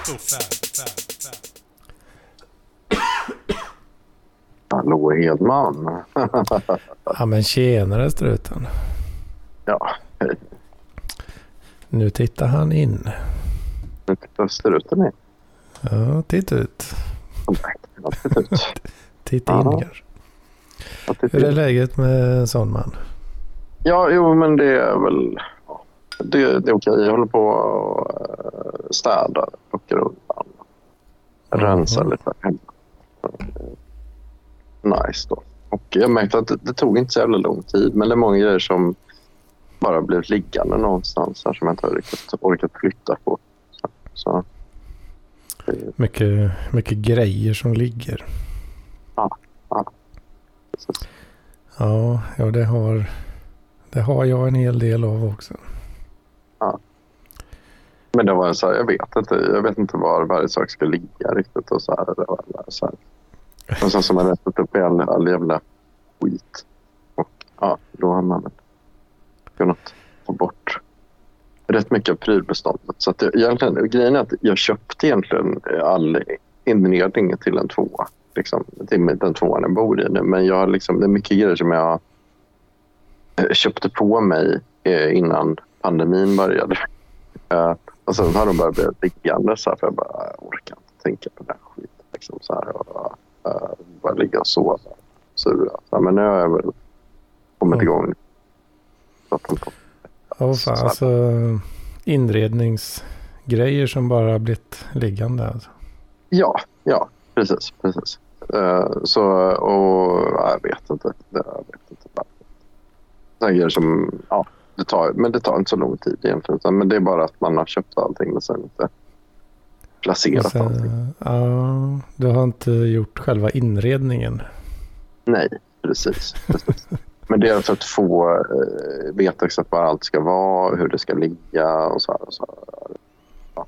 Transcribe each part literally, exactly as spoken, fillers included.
Hallå Hedman. Ja men tjenare struten. Ja, hej. Nu tittar han in. Nu tittar struten in. Ja, titta ut. Ja, titta ut. Titta in Ja. kanske. Ja, titta Hur är in. läget med en sån man? Ja, jo men det är väl... Ja, det, det är okej. Jag håller på att städa, plocka undan. Rensa Mhm. lite hemma. Nice då. Och jag märkte att det, det tog inte så jävla lång tid. Men det är många grejer som bara blivit liggande någonstans här som jag inte har orkat, orkat flytta på. Så, så. Mycket, mycket grejer som ligger. Ja, ja. Precis. Ja, ja det har det har jag en hel del av också. Ja. Men det var så här, jag vet inte, jag vet inte var varje sak ska ligga riktigt och så här. Det var så här. Och sen som man rättat upp i all, all jävla skit. Och ja, då har man väl kunnat få bort rätt mycket av prylbeståndet. Så att jag, egentligen, grejen är att jag köpte egentligen all inredning till en tvåa. Liksom, till den tvåan jag bor i nu. Men jag har liksom, det är mycket grejer som jag köpte på mig innan pandemin började. Uh, och sen har de bara blivit liggande så här, för jag bara jag orkar inte tänka på den här skiten. Liksom, så här, och, uh, bara ligga och sova. Sura. Så, men nu har jag väl kommit Mm. igång. Ja, oh, fan, alltså inredningsgrejer som bara har blivit liggande. Alltså. Ja, ja, precis, precis. Uh, så, och jag vet inte. Det, jag vet inte bara. Sådana grejer som, ja, det tar, men det tar inte så lång tid egentligen. Utan, men det är bara att man har köpt allting och sen inte placerat sen, allting. Ja, du har inte gjort själva inredningen. Nej, precis. precis. Men det är för att få eh, veta exakt var allt ska vara, hur det ska ligga och så här. Och så här. Ja,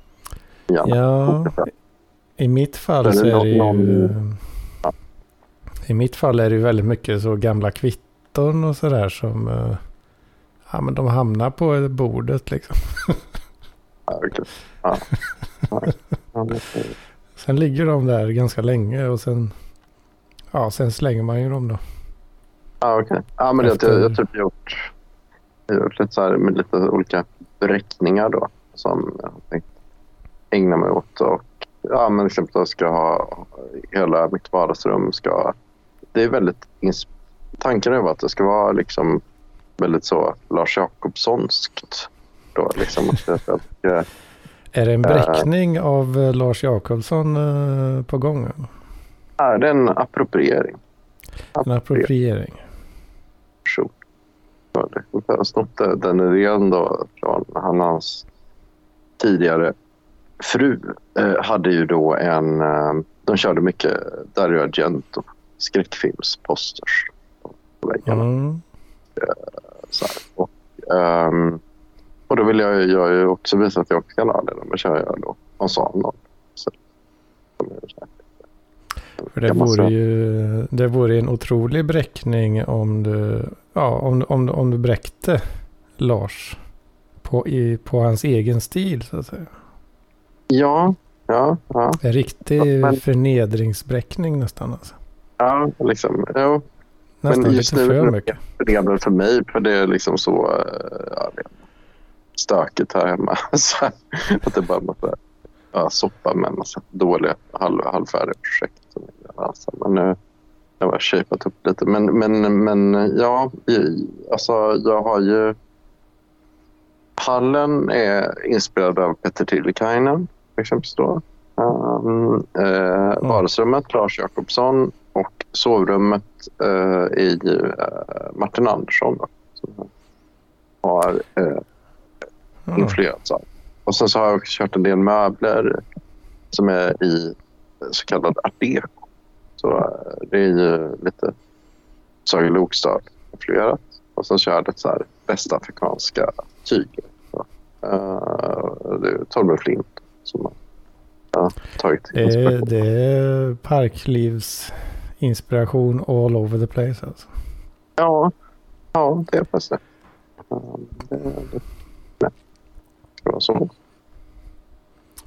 ja i mitt fall så är det ju... Ja. I mitt fall är det ju väldigt mycket så gamla kvitton och sådär som... Ja, men de hamnar på bordet liksom. Ja, okay. Ja. Ja. Ja, sen ligger de där ganska länge och sen... Ja, sen slänger man ju dem då. Ja, okej. Okay. Ja, men Efter... det, jag har typ gjort, jag har gjort lite så här med lite olika beräkningar då som jag tänkte ägna mig åt. Och ja, men exempel jag ska ha hela mitt vardagsrum ska... Det är väldigt... Tanken är att det ska vara liksom väldigt så Lars Jakobssonskt då liksom. Att jag, jag, är det en bräckning äh, av Lars Jakobsson äh, på gången? Ja, det är en appropriering. En appropriering. Så. Jag har snott den idén då från han hans tidigare fru eh, hade ju då en eh, de körde mycket Dario Argento skräckfilmsposters på väggarna. Mm. Så här. Och, um, och då vill jag, jag ju också visa att jag också kan ha det. Men kör jag då och sa någon. Så, för det vore ju det vore en otrolig bräckning om du ja om om om du bräckte Lars på i på hans egen stil så att säga. Ja, ja, ja. En riktig men, förnedringsbräckning nästan alltså. Ja, liksom. Ja. Nästan men just lite nu för mycket. Det är för mig för det är liksom så ja, stökigt här hemma så att det bara måste ja, soppa med en massa dåliga halv, halvfärdiga projekt. Alltså, men nu jag har shapat upp lite. Men, men, men ja, alltså jag har ju... Hallen är inspirerad av Petter Tillikainen, exempelvis då. Um, eh, mm. Vardagsrummet, Lars Jakobsson och sovrummet eh, är ju eh, Martin Andersson då, som har eh, mm. influerats av. Och sen så har jag också kört en del möbler som är i så kallad art deco. Så det är ju lite Saga Lokstad influerat. Och sen kör jag ett så här västafrikanska tyger. Uh, det är Torben Flint som har uh, tagit inspiration. Det, det är parklivsinspiration all over the place alltså. Ja, ja det är faktiskt det. Uh, det, det. Nej. Det ska vara så.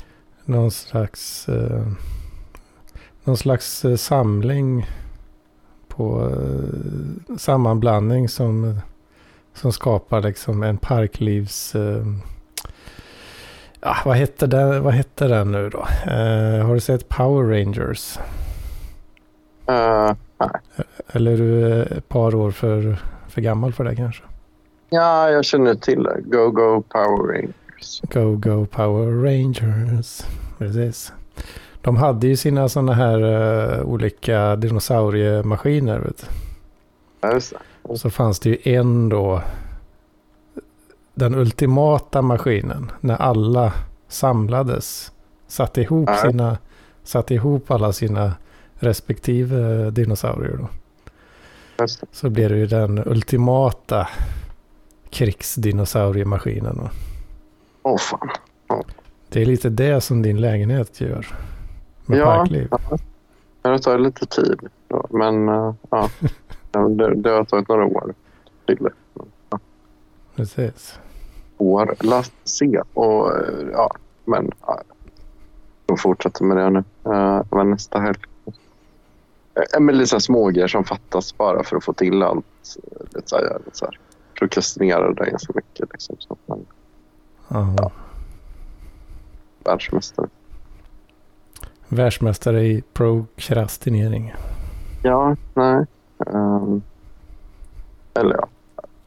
någon slags eh, någon slags eh, samling på eh, sammanblandning som som skapar liksom en parklivs eh, ja, vad heter det, vad heter den nu då? Eh, har du sett Power Rangers? Uh, nej. Eller är du ett par år för, för gammal för det kanske? Ja, jag känner till det. Go, go, Power Rangers. Go, go, Power Rangers. Precis. De hade ju sina sådana här uh, olika dinosauriemaskiner, vet du. Ja, just det. Och så fanns det ju en då, den ultimata maskinen, när alla samlades, satte ihop, Ja. sina, satte ihop alla sina respektive dinosaurier då. Just det. Så blir det ju den ultimata krigsdinosauriemaskinen. Då. Åh fan. Det är lite det som din lägenhet gör med Ja, parkliv. ja, det tar lite tid. Då. Men uh, ja, det, det har tagit några år till. Ja. Precis. År, låt se. Och uh, ja, men ja, de fortsätter med det nu. Uh, men nästa helg. Uh, men lite smågrejer som fattas bara för att få till allt. Lite så här, lite så här. Prokrastinerar det ganska mycket. Liksom, så man, ja. Världsmästare. Världsmästare i prokrastinering. Ja, nej. Um, eller ja.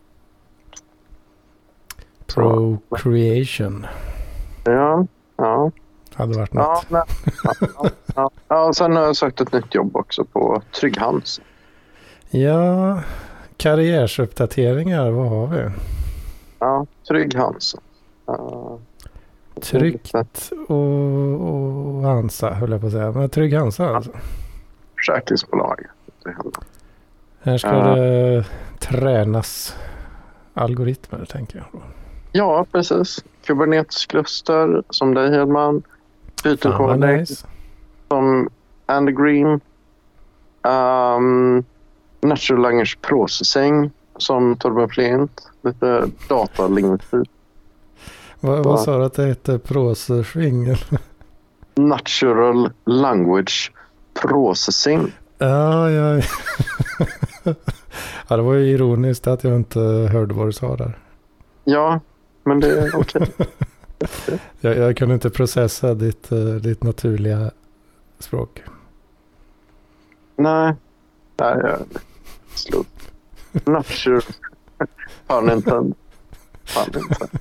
Procreation. Ja, ja. Hade varit Ja, något. nej. Ja, ja, ja. Ja, sen har jag sökt ett nytt jobb också på Trygg Hansa. Ja, karriärsuppdateringar, vad har vi? Ja, Trygg Hansa. Uh, Tryggt och, och Hansa, höll jag på att säga. Men Trygg Hansa alltså. Försäkringsbolag. Här ska uh, det tränas algoritmer, tänker jag. Ja, precis. Kubernetes-kluster som dig, Hedman. Python-kodning nice. som Andy Green. Um, Natural Language Processing som Torben Flint. Lite datalingtyp. Vad, vad sa du att det hette? Processing? Natural Language Processing. Ja, ja. Ja, det var ju ironiskt att jag inte hörde vad du sa där. Ja, men det är okej. jag, jag kunde inte processa ditt, ditt naturliga språk. Nej, nej, jag slut. Natural. Pun intended. Pun intended.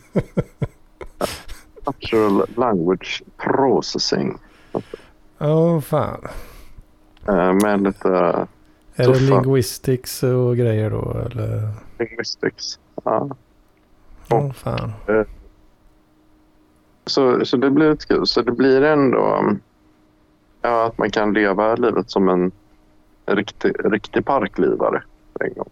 Natural Language Processing. Åh, oh, fan. Uh, med lite... Är tuffa. det linguistics och grejer då, eller? Linguistics, ja. Åh, oh, fan. Uh, så, så det blir ett kul. Så det blir ändå... Ja, att man kan leva livet som en riktig, riktig parklivare en gång.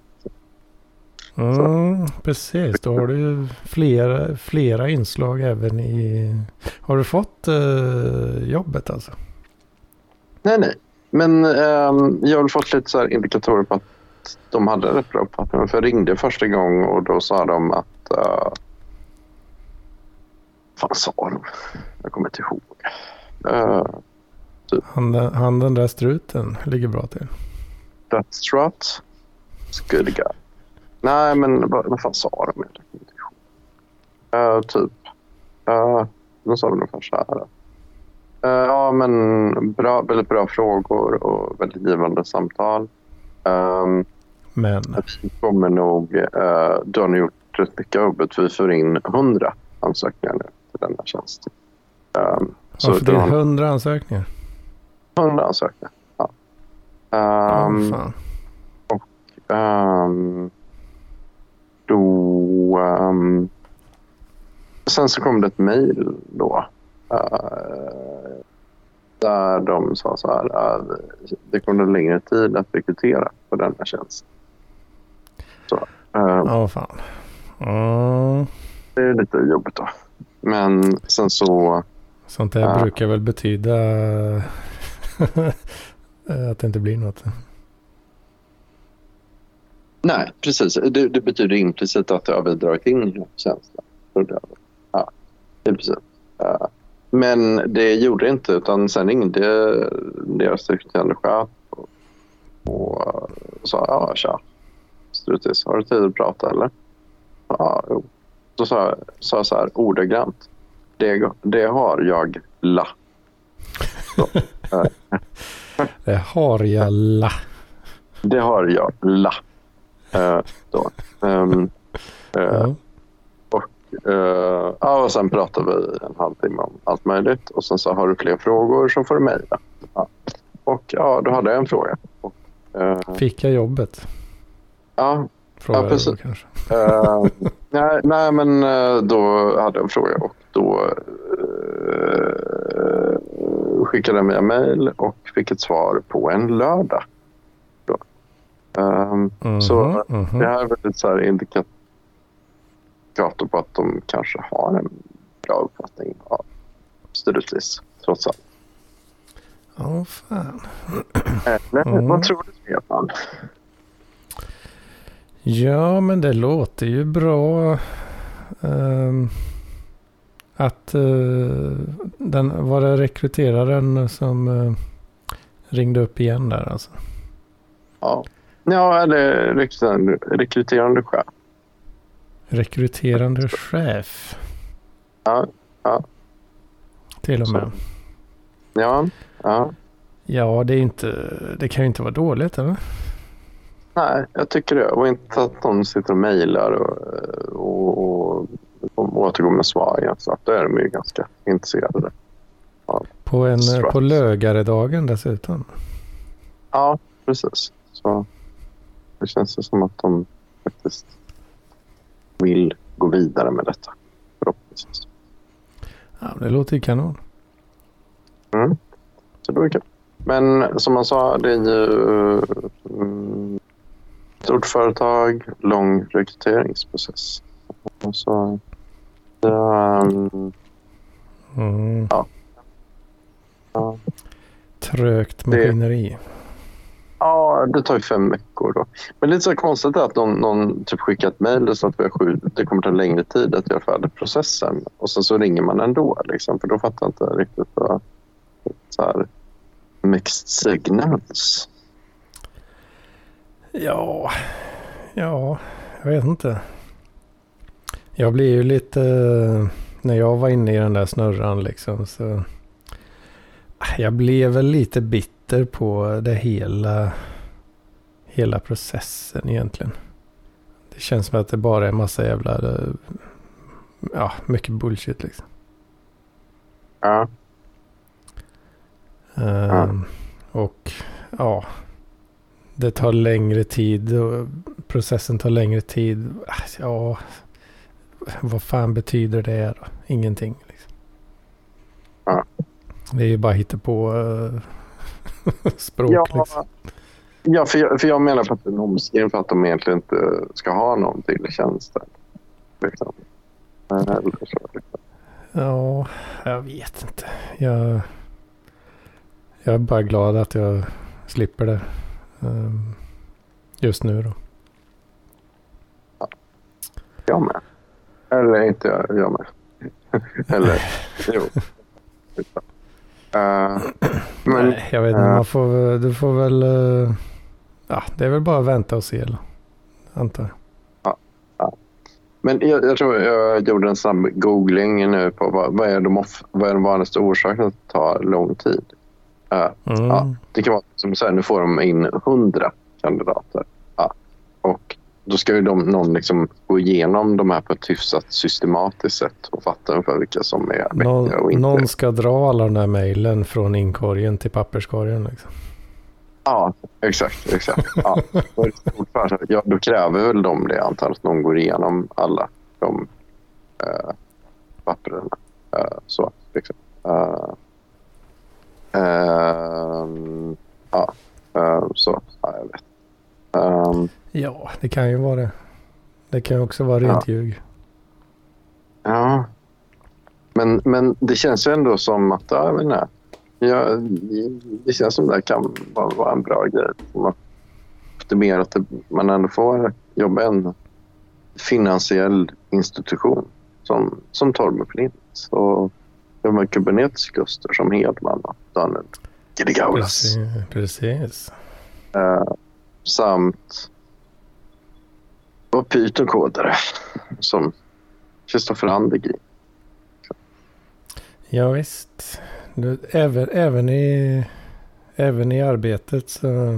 Mm, precis, då har du ju flera, flera inslag även i... Har du fått uh, jobbet alltså? Nej, nej. Men um, jag har fått lite så här indikatorer på att de hade rätt bra uppfattning. För jag ringde första gången och då sa de att... Uh, fan sa de? Jag kommer inte ihåg. Uh, typ. Han, han den där struten ligger bra till. That's right. Good guy. Nej, men vad, vad fan sa de? Jag kommer inte ihåg. Uh, typ. Uh, då sa de ungefär så här. Uh, ja, men bra, väldigt bra frågor och väldigt givande samtal. Um, men? Vi kommer nog... Uh, du har gjort rätt mycket jobbet. Vi får in hundra ansökningar nu till denna tjänst. Um, så ja, för det är hundra ansökningar? hundra ansökningar, ja. Um, oh, fan. Och um, då... Um, sen så kom det ett mejl då. Uh, där de sa så här att uh, det kommer längre tid att rekrytera på denna tjänst. Så. Ja, uh, oh, fan. Mm. Det är lite jobbigt då. Men sen så... Sånt där uh, brukar väl betyda att det inte blir något. Nej, precis. Det, det betyder implicit att jag har bidragit in i tjänsten. Ja, det är precis. Uh, Men det gjorde det inte, utan sen ringde deras rekryterande chef och, och sa, ja tja, Strutis, har du tid att prata eller? Ja, jo. Så sa jag sa så här, ordagrant, det, det har jag la. Så, äh. Det har jag la. Det har jag la. Äh, då. Um, äh, ja. Och, uh, ja, och sen pratade vi en halvtimme om allt möjligt. Och sen så har du fler frågor så får du mejla. Ja. Och ja, då hade jag en fråga. Och, uh, Fick jag jobbet? Ja, Frågar ja precis. Du kanske. uh, nej, nej, men uh, då hade jag en fråga. Och då uh, skickade jag mig en mejl och fick ett svar på en lördag. Då. Um, mm-hmm, så mm-hmm. Det här är väldigt så här indikativt på att de kanske har en bra uppfattning av Strutis, trots allt. Ja, oh, fan. Eller, mm. Vad tror du, Stefan? Ja, men det låter ju bra um, att uh, den, var det rekryteraren som uh, ringde upp igen där alltså? Ja, ja eller rekryterande, rekryterande chef. Rekryterande chef. Ja, ja. Till och med. Så. Ja, ja. Ja, det är inte, det kan ju inte vara dåligt, eller? Nej, jag tycker det. Och inte att de sitter och mejlar och, och, och, och återgår med svar igen. Så att då är de ju ganska intresserade. Ja. På en Strats. På lögaredagen dessutom. Ja, precis. Så det känns som att de faktiskt vill gå vidare med detta. Förhoppningsvis. Ja, det låter ju kanon. Mm. Så det är kul. Men som man sa, det är ju mm, ett stort företag, lång rekryteringsprocess. Så det um, mm. ja. ja. Trögt maskineri. Det, ja, det tar ju fem veckor då. Men lite så konstigt är att någon, någon typ skickat mejl så att vi har sju, det kommer ta längre tid att göra färdig processen. Och sen så ringer man ändå liksom, för då fattar jag inte riktigt vad så här mixed signals. Ja, ja, jag vet inte. Jag blir ju lite, när jag var inne i den där snurran liksom, så jag blev väl lite bitter på det hela, hela processen egentligen. Det känns som att det bara är en massa jävla, ja, mycket bullshit liksom. Ja. Um, ja. Och ja, det tar längre tid och processen tar längre tid. Ja, vad fan betyder det då? Ingenting liksom. Ja. Det är ju bara hitta på uh, språk ja, liksom. Ja, för jag, för jag menar på att det är en omskrivning för att de egentligen inte ska ha någon till tjänsten. Liksom. Eller så, liksom. Ja, jag vet inte. Jag, jag är bara glad att jag slipper det um, just nu då. Ja. Jag med. Eller inte jag, jag med. Eller, jo. Uh, men, Nej, jag vet inte. Uh, man får, du får väl... Uh, ja, det är väl bara att vänta och se, eller, antar jag. Ja, ja. Men jag, jag tror jag gjorde en snabb googling nu på vad, vad, är, de off, vad är de vanligaste orsakerna att det tar lång tid. Uh, mm. Ja, det kan vara som du säger, nu får de in hundra kandidater. Ja, och då ska ju de, någon liksom gå igenom de här på ett hyfsat systematiskt sätt och fatta ungefär vilka som är någon, vettiga och inte. Någon ska dra alla de här mejlen från inkorgen till papperskorgen liksom. Ja, exakt. exakt. Ja. Ja, då kräver väl de det, antar att någon går igenom alla de äh, papperna. Äh, så, liksom. Äh, äh, ja, äh, så. Ja, jag vet. Um, ja, det kan ju vara det. Det kan ju också vara rent ja. ljug. Ja. Men, men det känns ju ändå som att, ja, jag vet inte. Ja, det känns som det kan vara en bra grej. Det är mer att det, man ändå får jobba i en finansiell institution som, som Torben Flint. Och det var Kubernetes-kluster som Hedman och Daniel Grigaulas. Precis. precis. Uh, samt och Python-kodare som Kristoffer Andegi. Ja visst. Du, även, även, i, även i arbetet så,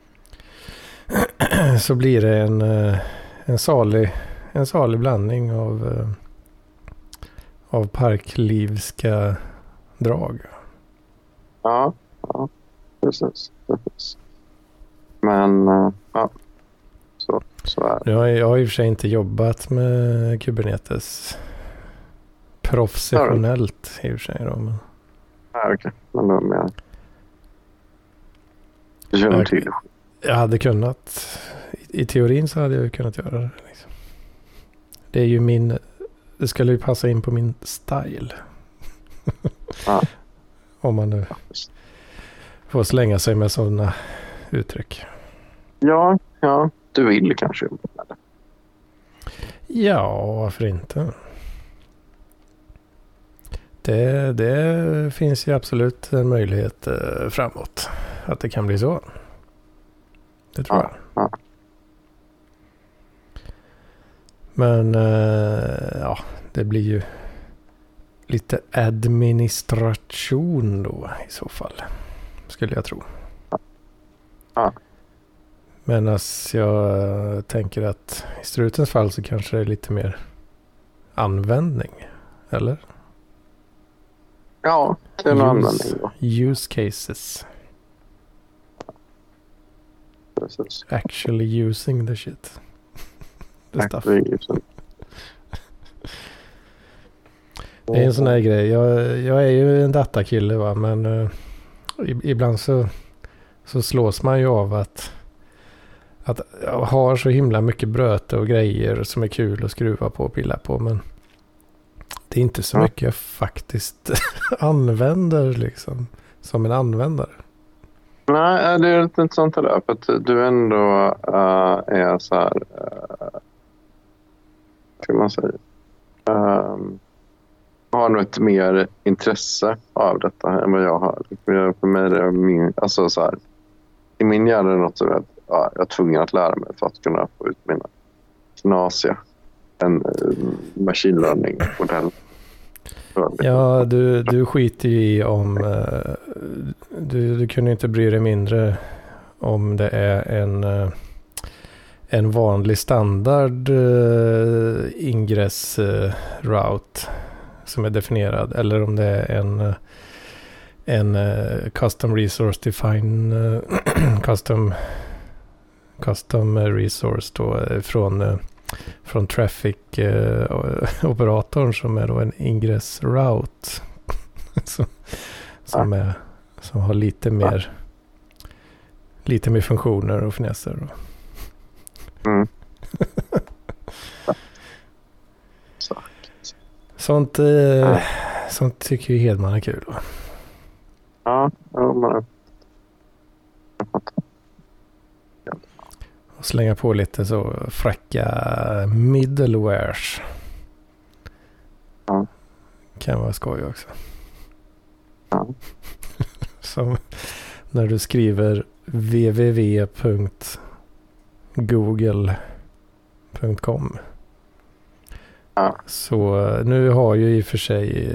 så blir det en, en, salig, en salig blandning av, av parklivska drag. Ja, ja precis, precis. Men uh, ja, så, så är det. Jag har, jag har i och för sig inte jobbat med Kubernetes professionellt i och för sig då, men... Ja, okej. Men då med... Du känner till det. Jag hade kunnat... I, I teorin så hade jag kunnat göra det. Liksom. Det är ju min... Det skulle ju passa in på min style. Ja. Om man nu får slänga sig med sådana uttryck. Ja, ja. Du vill kanske jobba med det. Ja, varför inte? Det, det finns ju absolut en möjlighet eh, framåt. Att det kan bli så. Det tror ja, jag. Ja. Men eh, ja, det blir ju lite administration då i så fall. Skulle jag tro. Ja. Men alltså jag tänker att i strutens fall så kanske det är lite mer användning. Eller? Ja, det är en användning då. Use cases. Precis. Actually using the shit. The stuff. Using. Det är en sån här grej. Jag, jag är ju en datakille va. Men uh, ibland så, så slås man ju av att att jag har så himla mycket bröte och grejer som är kul att skruva på och pilla på. Men det är inte så mycket jag faktiskt använder liksom. Som en användare. Nej, det är lite intressant det där. För att du ändå uh, är så här... Uh, vad ska man säga? Um, har nog ett mer intresse av detta än vad jag har. För mig är det min... Alltså så här... I min hjärna är det något som jag, ja, jag är tvungen att lära mig för att kunna få ut mina knasiga en uh, machine learning-modell. Ja, du, du skiter ju i om... Uh, du, du kunde inte bry dig mindre om det är en, uh, en vanlig standard uh, ingress uh, route som är definierad. Eller om det är en, uh, en uh, custom resource define uh, custom, custom resource då, uh, från... Uh, från traffic-operatorn eh, som är då en ingress route som, som, är, som har lite mer lite mer funktioner och finesser. Mm. sånt, eh, sånt tycker ju Hedman är kul. Va? Ja, ja men... Och slänga på lite så fräcka middlewares. Ja. Kan vara skoj också. Ja. Som när du skriver w w w punkt google punkt com. Ja. Så nu har ju i och för sig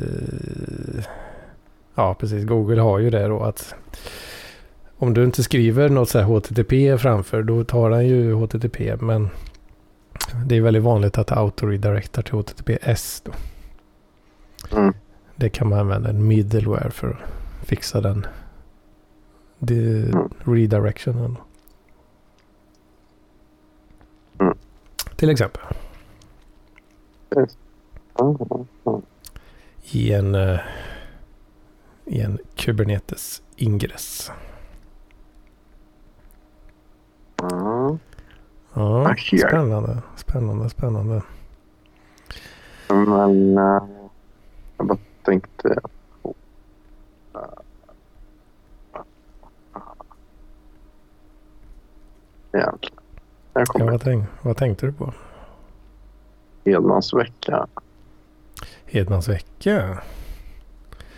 ja precis, Google har ju det då att om du inte skriver något så här H T T P framför, då tar den ju H T T P, men det är väldigt vanligt att auto-redirectar till H T T P S då. Mm. Det kan man använda en middleware för att fixa den de mm. redirectionen. Mm. Till exempel. Yes. Mm. Mm. I en uh, i en Kubernetes ingress. Mm. Ja, spännande, spännande, spännande. Men uh, jag bara tänkte på uh, egentligen. Jag ja, vad, tänk, vad tänkte du på? Hedmans vecka. Hedmans vecka?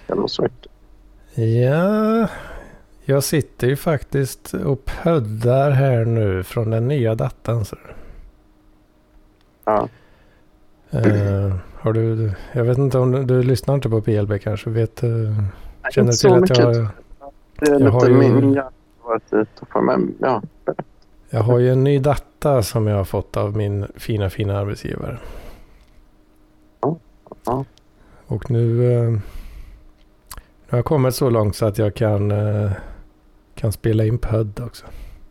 eller så mycket. Ja, jag sitter ju faktiskt och pöddar här nu från den nya datan. Så. Ja. Uh, har du, jag vet inte om du, du lyssnar inte på P L B kanske, vet uh, känner inte till att mycket. jag, det är jag lite har ju, min hjärna varit lite för mig. Ja. Jag har ju en ny data som jag har fått av min fina fina arbetsgivare. Ja. Ja. Och nu, uh, nu har jag kommit så långt så att jag kan uh, kan spela in P U D också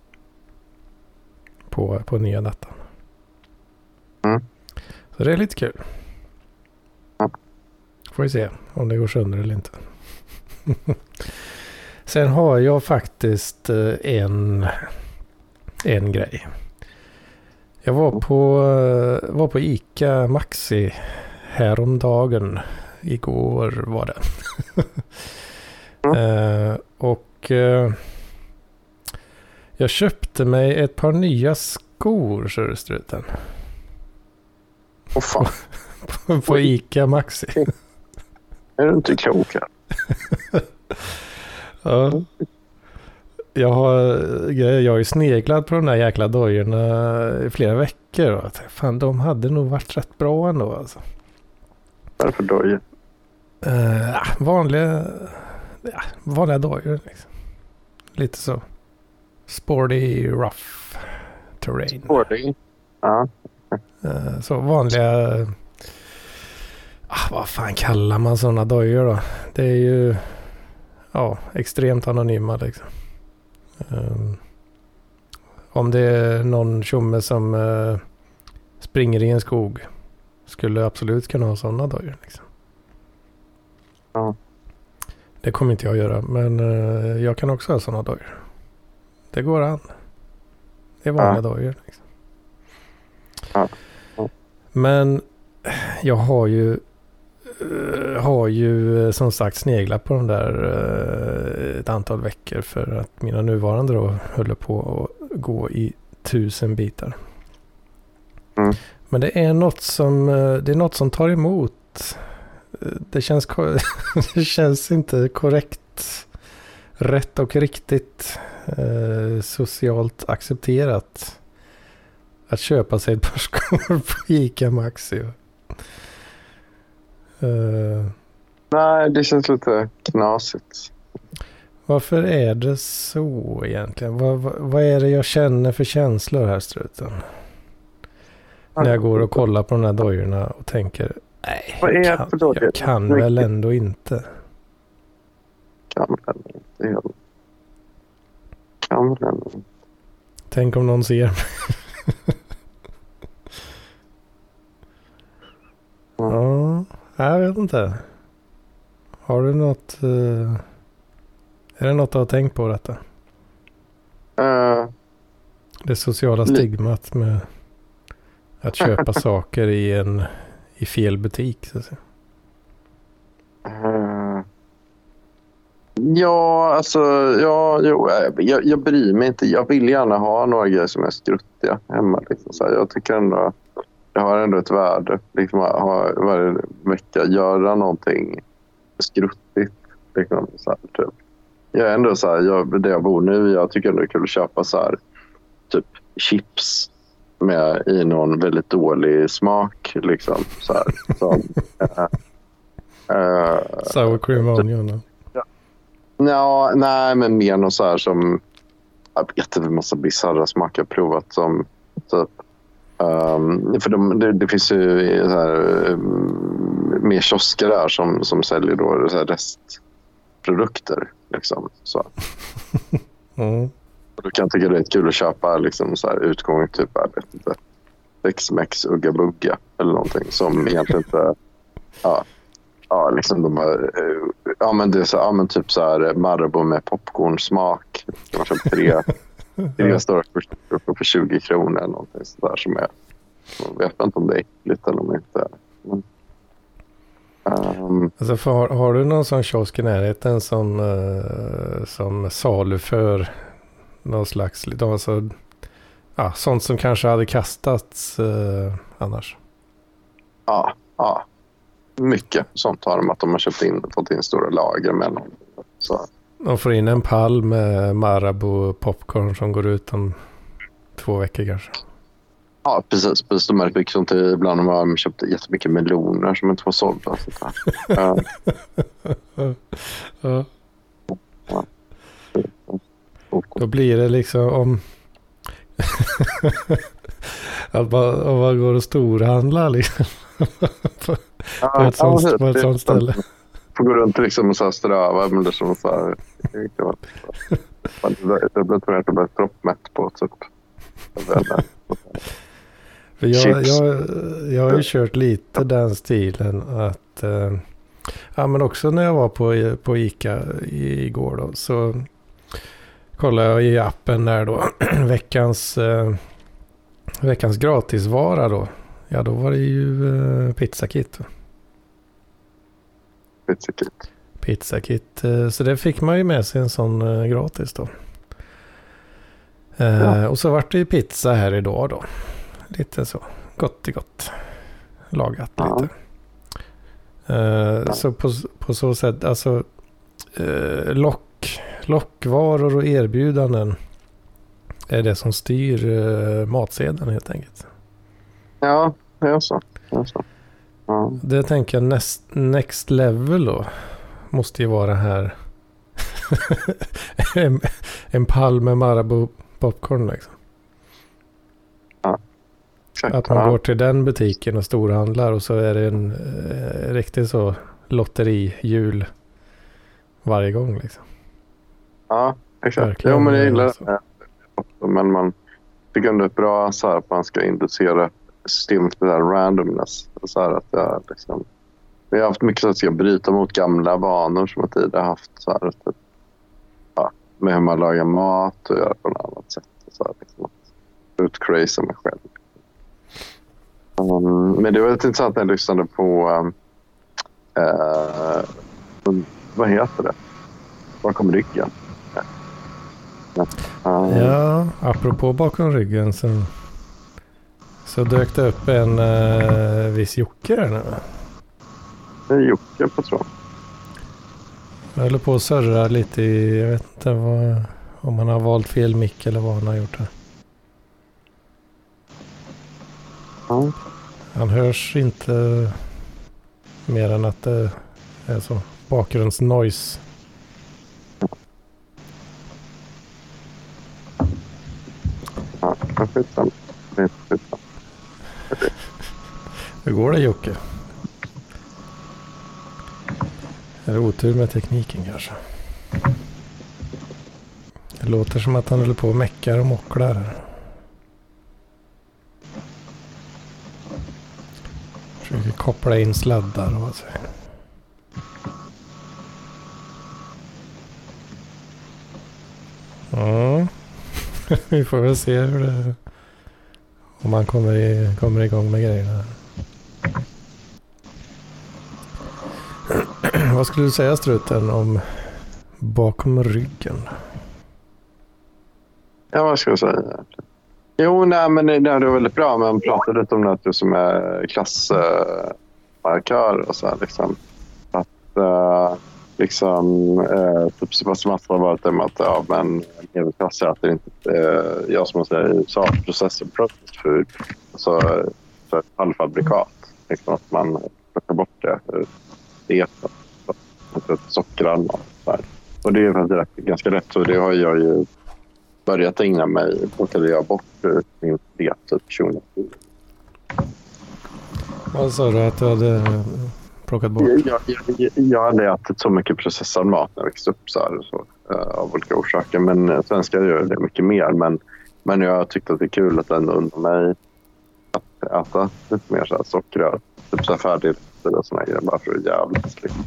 på, på nya datan. Mm. Så det är lite kul. Ja. Får vi se om det går sönder eller inte. Sen har jag faktiskt en, en grej. Jag var på, var på Ica Maxi häromdagen. Igår var det. Mm. uh, och uh, jag köpte mig ett par nya skor, Söderstruten. Åh fan. på, på Ica Maxi. Är du inte klok här? Ja. Jag har, jag har ju sneglat på de där jäkla dojorna i flera veckor. Och fan, de hade nog varit rätt bra ändå alltså. Vad är det för dojor? Uh, vanliga, ja, vanliga dojor liksom. Lite så. Sporty, rough terrain. Sporty? Ja. Uh, så vanliga... Ah, vad fan kallar man sådana dojor då? Det är ju ja, extremt anonyma liksom. Um, om det är någon tjomme som uh, springer i en skog skulle absolut kunna ha sådana dojor liksom. Ja. Det kommer inte jag att göra, men uh, jag kan också ha sådana dojor. Det går an. Det är vanliga ja. dojor liksom. Ja. Ja. Men jag har ju uh, har ju som sagt sneglat på de där uh, ett antal veckor för att mina nuvarande då höll på att gå i tusen bitar. Mm. Men det är något som uh, det är något som tar emot. Uh, det känns ko- det känns inte korrekt, rätt och riktigt uh, socialt accepterat att köpa sig ett par skor på Ica Maxi. Uh, Nej, det känns lite knasigt. Varför är det så egentligen? Vad, vad, vad är det jag känner för känslor här, Struten? När jag går och kollar på de här dojorna och tänker, nej, vad är jag kan, för dojor? jag kan väl ändå inte. Kan väl ändå inte. Kan väl ändå inte. Tänk om någon ser mig. Ja, jag vet inte. Har du något... Uh, är det något du har tänkt på detta? Uh, det sociala stigmat med att köpa saker i en i fel butik, så att säga. Uh, ja, alltså... Ja, jo, jag, jag bryr mig inte. Jag vill gärna ha några grejer som är skruttiga hemma. Liksom. Så jag tycker ändå... Jag har ändå ett värde. Liksom att ha varje vecka göra någonting skruttigt. Liksom, så här, typ. Jag är ändå så här, jag, där jag bor nu, jag tycker ändå det är kul att köpa så här, typ chips med i någon väldigt dålig smak. Liksom, så här, som, äh, äh, Sour cream onion. Ja, ja, nej, men mer något så här som jag vet inte, en massa bisarra smaker jag provat som typ Um, för de, det, det finns ju så här, um, mer kiosker där som, som säljer då så här restprodukter liksom, så. Mm. Och då kan jag tycka det är kul att köpa liksom, så här, utgång typ jag vet inte, Tex-Mex Ugga Bugga eller någonting som egentligen inte ja, ja liksom de har, ja men det är så, ja men typ så här Marabou med popcornsmak man köper tre tre stora kurser för tjugo kronor eller någonting sådär som är, jag vet inte om det är äckligt eller om inte. Men, um, alltså för, har, har du någon sån kiosk i närheten som, uh, som saluför någon slags, alltså, ja, sånt som kanske hade kastats uh, annars? Ja, ja. mycket sånt har de, att de har köpt in, fått in stora lager med någon. Så. De får in en pall med Marabou popcorn som går ut om två veckor kanske. Ja, precis. precis. De märker liksom till ibland de har köpt jättemycket meloner som inte får sålda. Ja. Ja. Ja. Då blir det liksom om att man, om man går och storhandlar liksom på, ja, på ett sånt, ja, på ett sånt ställe. Får gå runt liksom och så här ströva, men det är som så här, jag blev tror att jag blev proppmätt på typ. För jag, jag, jag har ju kört lite den stilen att eh, ja, men också när jag var på, på Ica igår då, så kollade jag i appen där då veckans eh, veckans gratisvara då. Ja, då var det ju eh, pizzakit. Pizzakit. Pizzakit. Eh, så det fick man ju med sig en sån eh, gratis då. Eh, ja. Och så vart det ju pizza här idag då. Lite så gott i gott. Lagat ja. lite. Uh, ja. Så på, på så sätt, alltså uh, lock, lockvaror och erbjudanden är det som styr uh, matsedeln helt enkelt. Ja, det är så. Det, är så. Ja. Det tänker jag next, next level då måste ju vara här en, en pall med Marabou popcorn liksom. Ja. Att man går till den butiken och storhandlar och så är det en eh, riktigt så lotterihjul varje gång liksom. Ja, exakt. Jo, men jag gillar det. Men man tycker ändå det är bra så här att man ska inducera systemet för det där randomness. Så här att jag liksom, vi har haft mycket så att jag ska bryta mot gamla vanor som jag tidigare haft så här att, ja, med hur man lagar mat och göra på något annat sätt. Så här, liksom, utcraza mig själv. Um, men det var lite intressant när jag lyssnade på uh, vad heter det? Var kommer ryggen? Uh, ja, apropå bakom ryggen så, så dök det upp en uh, viss Jocke här nu. Det är Jocke på tråd. Jag håller på att surra lite i, jag vet inte vad, om han har valt fel mick eller vad han har gjort här. Ja. Han hörs inte mer än att det är så bakgrundsnoise. Ja, skitsamma. Hur går det, Jocke? Är det otur med tekniken kanske? Det låter som att han håller på och mäckar och mocklar. Försöker koppla in sladdar och vad säger. Ja. Vi får väl se hur det, om man kommer, i, kommer igång med grejerna. Vad skulle du säga, Struten, om bakom ryggen? Ja, vad ska jag säga? Jo, nej, men det, det var väldigt bra. Man pratade lite om det som är klassmarkör och så här, liksom. Att uh, liksom uh, typ Sebastian Massa har varit det med att ja, men medelklass är att det inte uh, jag som säger i U S A processor process food, så för ett halvfabrikat. Liksom att man plockar bort det det så sockran och så här. Och det är faktiskt ganska rätt, och det har jag ju börjat ägna mig, plockade jag bort min diet typ tjugo. Vad sa du att du hade plockat bort? Jag, jag, jag hade ätit så mycket processad mat när jag växte upp så här, så, uh, av olika orsaker. Men svenskar gör det mycket mer. Men, men jag tyckte att det är kul att ändå under mig att äta lite mer så här sockrör. Typ så här färdigrätter och såna grejer, bara för att jävlas liksom.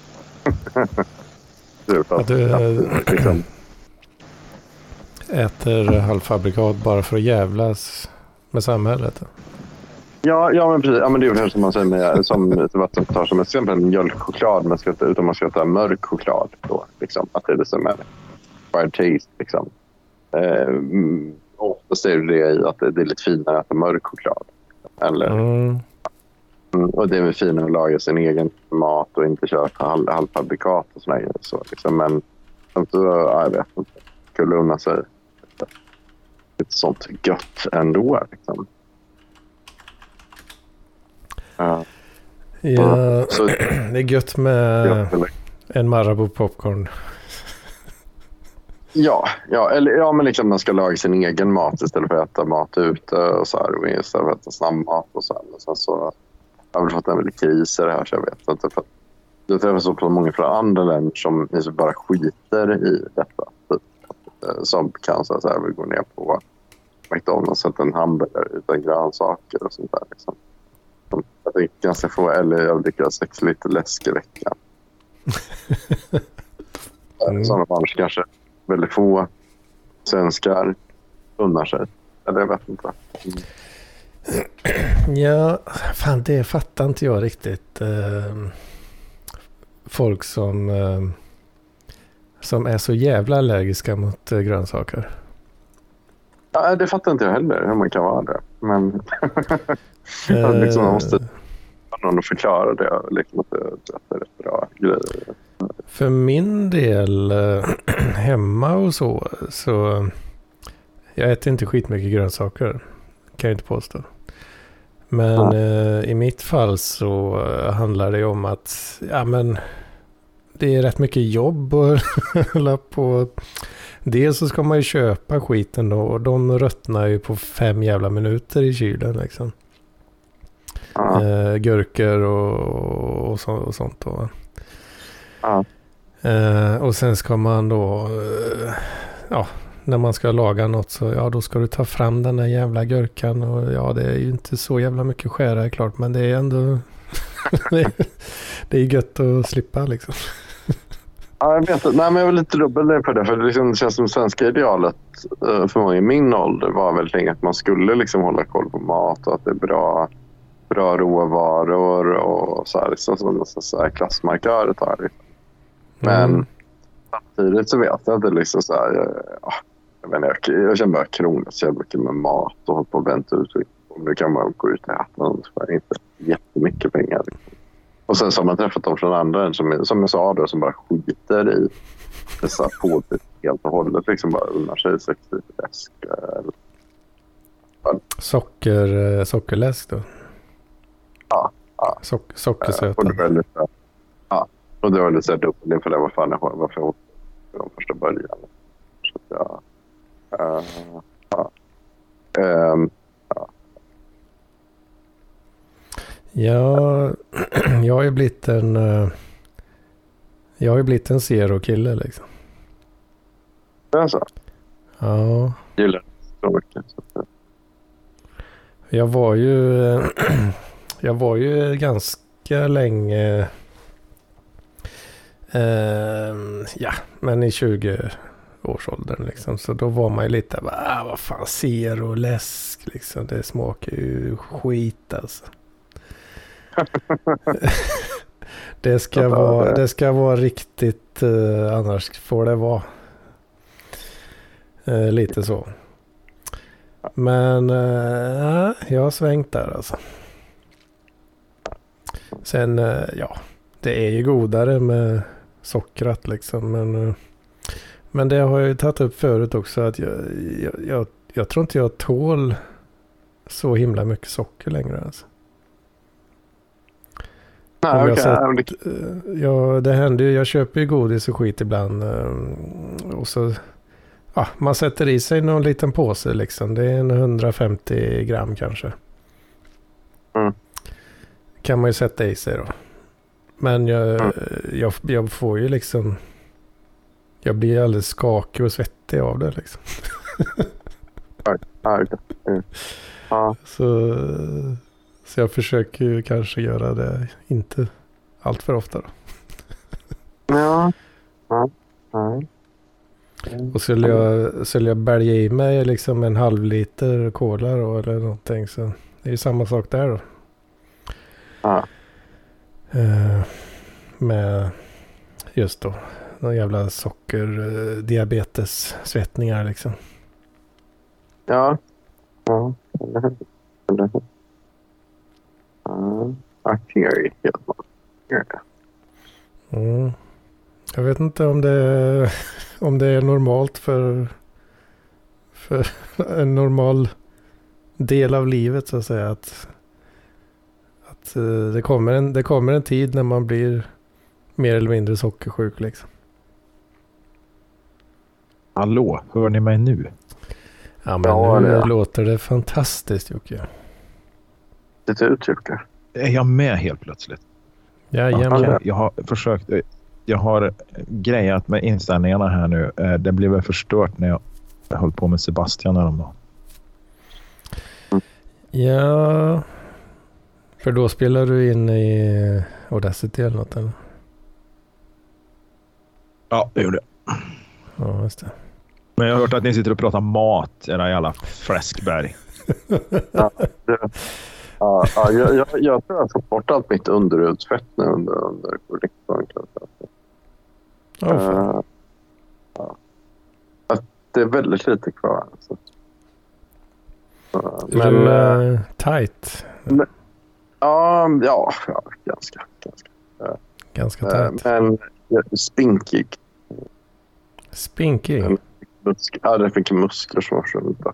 Att du att, liksom, äter halvfabrikat bara för att jävlas med samhället? Ja, ja men precis. Ja, men det är ju det som man säger med, som vatten tar som exempel mjölkchoklad, men ska, utan man ska äta mörk choklad då, liksom, att det är det som är acquired taste liksom. Eh, oftast är det i att det är lite finare att äta mörk choklad. Eller, mm. Mm, och det är väl fint att laga sin egen mat och inte köpa halv, halvfabrikat och sådär. Så, liksom. Men så, ja, jag vet inte. Skulle unna sig ett sånt gött ändå. Liksom. Ja. Ja, så, det är gött med gött, en Marabou popcorn. Ja, ja, eller ja, men liksom man ska laga sin egen mat istället för att äta mat ute och så här, och istället för att äta snabbmat och så här. Men sen så jag har väl fått en väldigt kriser här, så jag vet inte. För jag träffar så på många från andra länder som liksom bara skiter i detta. Som kan så här, vi går ner på McDonald's och sätta en hamburgare utan grönsaker och sånt där. Liksom. Jag dricker ganska få, eller jag dricker sex liter läsk i veckan. Mm. Sådana annars kanske väldigt få svenskar unnar sig. Eller jag vet inte. Mm. Ja, fan det fattar inte jag riktigt. Eh, folk som eh, som är så jävla allergiska mot eh, grönsaker. Ja, det fattar inte jag heller hur man kan vara det. Men eh, liksom man måste någon förklara det. Liksom att det, det är rätt bra grejer. För min del eh, hemma och så, så jag äter inte skitmycket grönsaker. Kan jag inte påstå. Men mm. eh, i mitt fall så handlar det om att ja, men det är rätt mycket jobb att hålla på. Dels så ska man ju köpa skiten då, och de ruttnar ju på fem jävla minuter i kylen liksom. Mm. Eh, gurkor och, och, så, och sånt då. Mm. Eh, och sen ska man då eh, ja, när man ska laga något så ja, då ska du ta fram den här jävla gurkan och ja, det är ju inte så jävla mycket skära klart, men det är ändå det är gött att slippa liksom. Ja, jag vet. Nej, men jag var lite dubbel på det, för det liksom känns som svenska idealet för många i min ålder var väldigt länge att man skulle liksom hålla koll på mat och att det är bra bra råvaror och så här, liksom, så, så, så här klassmarkörer tar det. Men mm. samtidigt så vet jag att det liksom så här, ja, jag, menar, jag, jag känner bara krångla så mycket med mat och hålla på och vänta ut. Och nu kan man gå ut och äta och så inte jättemycket pengar. Liksom. Och sen så har man träffat dem från andra som, som jag sa då, som bara skiter i dessa pådet helt och hållet. Liksom bara unnar sig sex liter läsk. Socker, sockerläsk då? Ja. ja. Sock, sockersöta. Och det var lite, ja, och det var lite så här dubbel för det var fan jag var varför jag åt från första början. Så att jag, uh, ja. Um, ja. Ja, jag har ju blivit en uh, jag har ju blivit en zero-kille liksom. Det är så? Ja. Gillar det så mycket. Så att, jag var ju jag var ju ganska länge eh, ja, men i tjugo-årsåldern liksom. Så då var man ju lite ah, vad fan, zero läsk liksom. Det smakar ju skit alltså. det ska vara det ska vara riktigt eh, annars får det vara eh, lite så. Men eh, jag har svängt där alltså. Sen eh, ja, det är ju godare med sockrat liksom, men eh, men det har jag ju tagit upp förut också att jag, jag, jag, jag tror inte jag tål så himla mycket socker längre alltså. Nej, okay. Sett, ja, det händer ju, jag köper ju godis och skit ibland och så ja, man sätter i sig någon liten påse liksom, det är en hundrafemtio gram kanske. Mm. Kan man ju sätta i sig då. Men jag, mm. jag, jag får ju liksom jag blir alldeles skakig och svettig av det liksom. mm. Ja. Så Så jag försöker ju kanske göra det inte allt för ofta då. Ja. Ja. Ja. Mm. Och skulle jag, skulle jag bälga i mig liksom en halv liter cola då eller någonting, så det är ju samma sak där då. Ja. Uh, med just då någon jävla socker, uh, diabetes, svettningar liksom. Ja. Ja. Ja, Artery helt vanligt. Mm. Jag vet inte om det är, om det är normalt för, för en normal del av livet så att säga. Att, att det, kommer en, det kommer en tid när man blir mer eller mindre sockersjuk liksom. Hallå, hör ni mig nu? Ja, men ja, nu det. låter det fantastiskt, Jocke. Det är ut, Jocke. Är jag med helt plötsligt? Ja, jag, jag har försökt... Jag har grejat med inställningarna här nu. Det blev väl förstört när jag höll på med Sebastian häromdagen. Mm. Ja... För då spelar du in i Audacity eller något, eller? Ja, det gjorde jag. Ja, just det. Men jag har hört att ni sitter och pratar mat, era jävla fläskberg. Ja, det, ja, ja jag, jag, jag tror jag har fått bort allt mitt underutsfett nu under, under korrektorn. Oh, uh, ja. Det är väldigt lite kvar. Alltså. Uh, men, du är uh, tight? Men, ja, ja, ja, ganska. Ganska, uh, ganska tight. Uh, men ja, spinkig. Spinkig? Ja, det fick muskler som var så bra.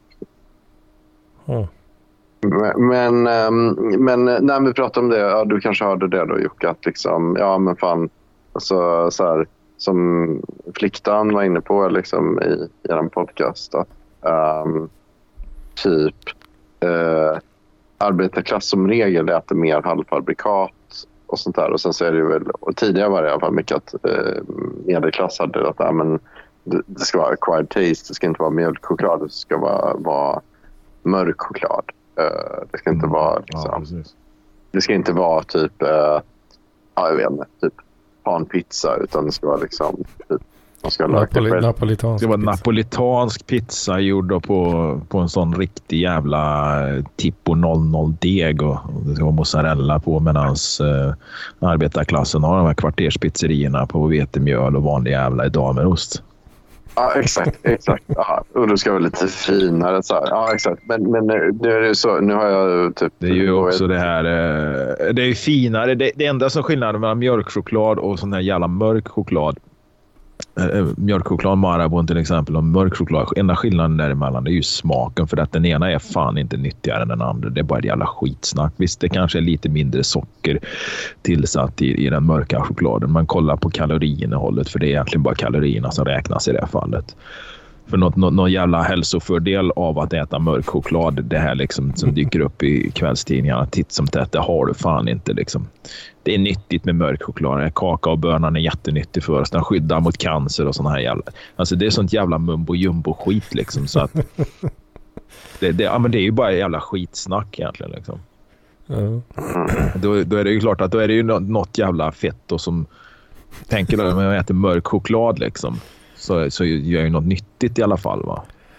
Mm. Men, men, men när vi pratar om det, ja, du kanske hörde det då, Jocke, att liksom, ja men fan, alltså så här, som Fliktan var inne på liksom i, i en podcast, att um, typ uh, arbetarklass som regel äter mer halvfabrikat och sånt där, och sen så är det ju väl, och tidigare var det i alla fall mycket att uh, medelklass hade att, ja men det, det ska vara acquired taste, det ska inte vara mjölkchoklad, det ska vara, vara mörk choklad. Uh, det ska inte mm. vara liksom, ja, det ska inte vara typ uh, ja, jag vet inte, typ panpizza, utan det ska vara liksom typ, man ska Napoli- napolitansk det var pizza. napolitansk pizza gjord på, på en sån riktig jävla Tipo noll noll-deg och, och det ska vara mozzarella på, medans uh, arbetarklassen har de här kvarterspizzerierna på vetemjöl och vanlig jävla damerost. Ja, exakt, exakt. Ja, och du ska vara lite finare så här. Ja, exakt. Men, men nu är det så, nu har jag typ... Det är ju också det här, det är ju finare. Det, det enda som skillnaden mellan mjölkchoklad och sån här jävla mörk choklad, äh, mjölkchoklad Marabou till exempel, och mörk choklad, enda skillnaden däremellan är ju smaken, för att den ena är fan inte nyttigare än den andra. Det är bara ett jävla skitsnack. Visst, det kanske är lite mindre socker tillsatt i, i den mörka chokladen. Man kollar på kaloriinnehållet, för det är egentligen bara kalorierna som räknas i det här fallet. För något, något, någon jävla hälsofördel av att äta mörk choklad, det här liksom som dyker upp i kvällstidningarna titt som tätt, det har du fan inte liksom. Det är nyttigt med mörk choklad. Kakao och bönan är jättenyttig för oss. Den skyddar mot cancer och såna här jävla... Alltså det är sånt jävla mumbo-jumbo-skit liksom, så att... det, det, ja, men det är ju bara jävla skitsnack egentligen liksom. Mm. Då, då är det ju klart att då är det ju något, något jävla fett då som tänker att om jag äter mörk choklad liksom, så, så gör jag ju något nyttigt i alla fall, va?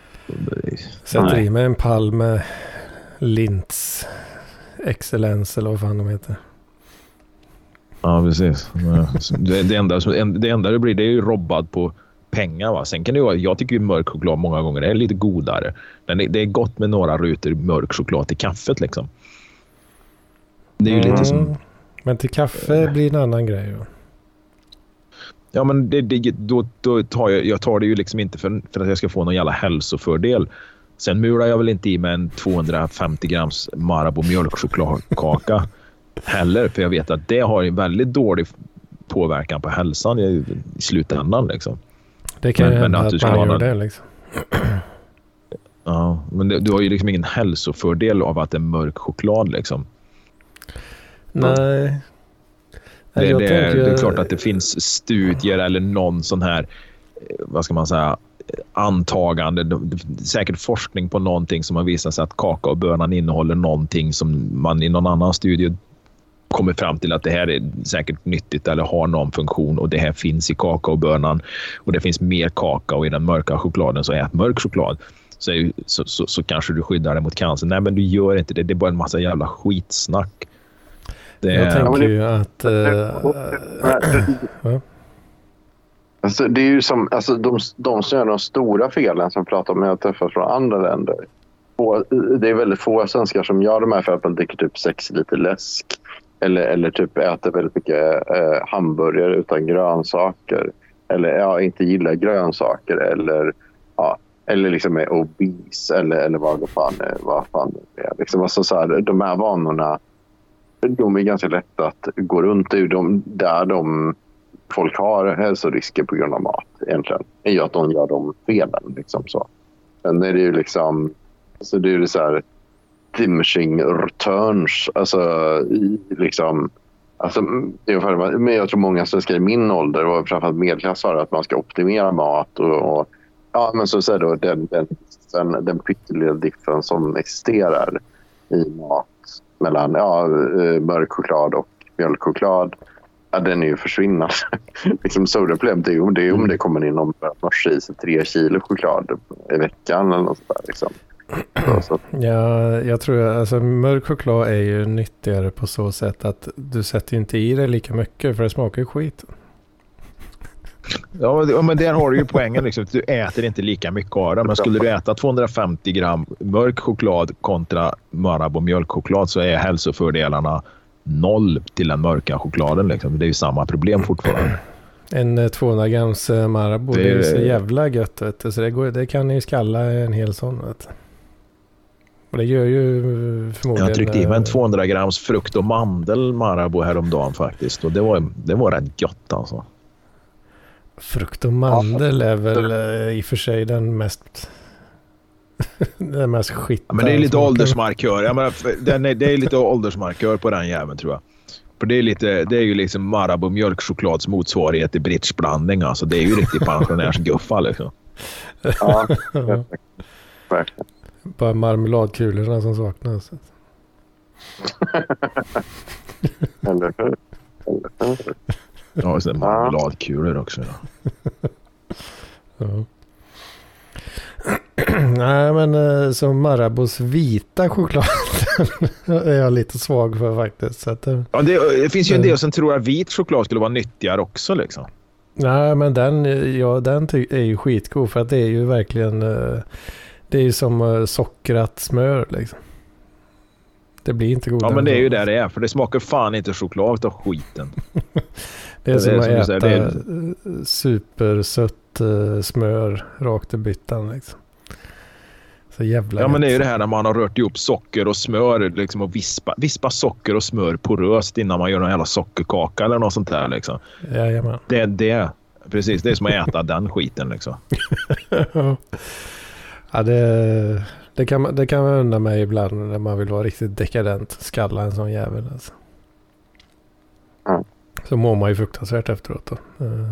Sätter i mig en pall med Lints Excellence eller vad fan de heter. Ja, precis. Det, det, enda, det enda det blir, det är ju robbad på pengar, va? Sen kan det ju vara, jag tycker ju mörk choklad många gånger är lite godare. Men det, det är gott med några rutor mörk choklad till kaffet liksom. Det är ju mm. lite som... Men till kaffe blir en annan grej, va? Ja, men det, det, då, då tar jag, jag tar det ju liksom inte för, för att jag ska få någon jävla hälsofördel. Sen mular jag väl inte i med en tvåhundrafemtio grams Marabou mjölkchokladkaka heller, för jag vet att det har en väldigt dålig påverkan på hälsan i, i slutändan liksom. Det kan ju hända att, att man gör någon... det liksom. Ja, men det, du har ju liksom ingen hälsofördel av att det är mörk choklad liksom. Nej. Det, det, det, är, det är klart att det finns studier eller någon sån här, vad ska man säga, antagande, säkert forskning på någonting som har visat sig att kakao och bönan innehåller någonting som man i någon annan studie kommer fram till att det här är säkert nyttigt eller har någon funktion, och det här finns i kakao och bönan, och det finns mer kakao i den mörka chokladen, så ät mörk choklad så, är, så, så, så kanske du skyddar dig mot cancer. Nej, men du gör inte det, det är bara en massa jävla skitsnack. Det jag är... tänker ju att uh, alltså, det är ju som alltså, de, de som gör de stora felen som pratar om, jag har träffat från andra länder, och det är väldigt få svenskar som gör de här för att man dricker typ sex liter läsk Eller, eller typ äter väldigt mycket eh, hamburgare utan grönsaker. Eller ja, inte gillar grönsaker. Eller, ja, eller liksom är obese. Eller, eller vad det fan är. Vad fan det är. Liksom, alltså så här, de här vanorna, de är ganska lätta att gå runt. Det är ju de, där de folk har hälsorisker på grund av mat egentligen. Är ju att de gör de felen. Liksom så. Men det är ju liksom... Så det är ju så här... diminishing returns. Alltså, i, liksom... Alltså, men jag tror många svenskar i min ålder och framförallt medelklass har att man ska optimera mat och, och ja, men så säger då den, den, den, den pyttelilla diffen som existerar i mat mellan ja, mörk choklad och mjölkchoklad, ja, den är ju försvinnande. Liksom sodaproblemet är ju det är om det kommer in någon morse i sig tre kilo choklad i veckan eller något sådär liksom. Så. Ja, jag tror alltså mörk choklad är ju nyttigare på så sätt att du sätter inte i det lika mycket för det smakar ju skit. Ja, men där har du ju poängen liksom. Du äter inte lika mycket av det. Men skulle du äta tvåhundrafemtio gram mörk choklad kontra Marabou mjölkchoklad så är hälsofördelarna noll till den mörka chokladen liksom. Det är ju samma problem fortfarande. En tvåhundra grams Marabou, det, det är så jävla gött, vet du. Så det, går, det kan ni skalla en hel sån, vet du. Och det gör ju förmodligen... Jag tryckte i mig en tvåhundra grams frukt och mandel Marabou häromdagen faktiskt. Och det var, det var rätt gött alltså. Frukt och mandel är väl i och för sig den mest... den mest skit. Ja, men det är lite åldersmarkör. Jag menar, den är, det är lite åldersmarkör på den jäveln tror jag. För det är, lite, det är ju liksom Marabou mjölkchoklads motsvarighet i bridgeblandning. Alltså det är ju riktigt pensionärsguffa liksom. Ja, verkligen. Bara marmeladkulorna som saknas. Eller hur? Eller hur? Ja, och sen marmeladkulor också. Ja. Ja. Nej, men som Marabous vita choklad är jag lite svag för faktiskt. Så att, ja, det, det finns ju en del som tror att vit choklad skulle vara nyttigare också liksom. Nej, men den, ja, den ty- är ju skitgod för att det är ju verkligen det är ju som sockrat smör liksom. Det blir inte godare. Ja, men det är ju där det är. För det smakar fan inte choklad av skiten. Det är det som är att som äta säger, är... supersött smör rakt i byttan liksom. Så jävla ja, gott. men det är ju det här när man har rört ihop socker och smör liksom, och vispa, vispa socker och smör poröst innan man gör någon jävla sockerkaka eller något sånt där liksom. Jajamän. Det är det. Precis, det är som att äta den skiten liksom. Ja, det, det, kan man, det kan man undra mig ibland när man vill vara riktigt dekadent. Skalla en sån jävel alltså. Mm. Så mår man ju fruktansvärt efteråt då. Uh,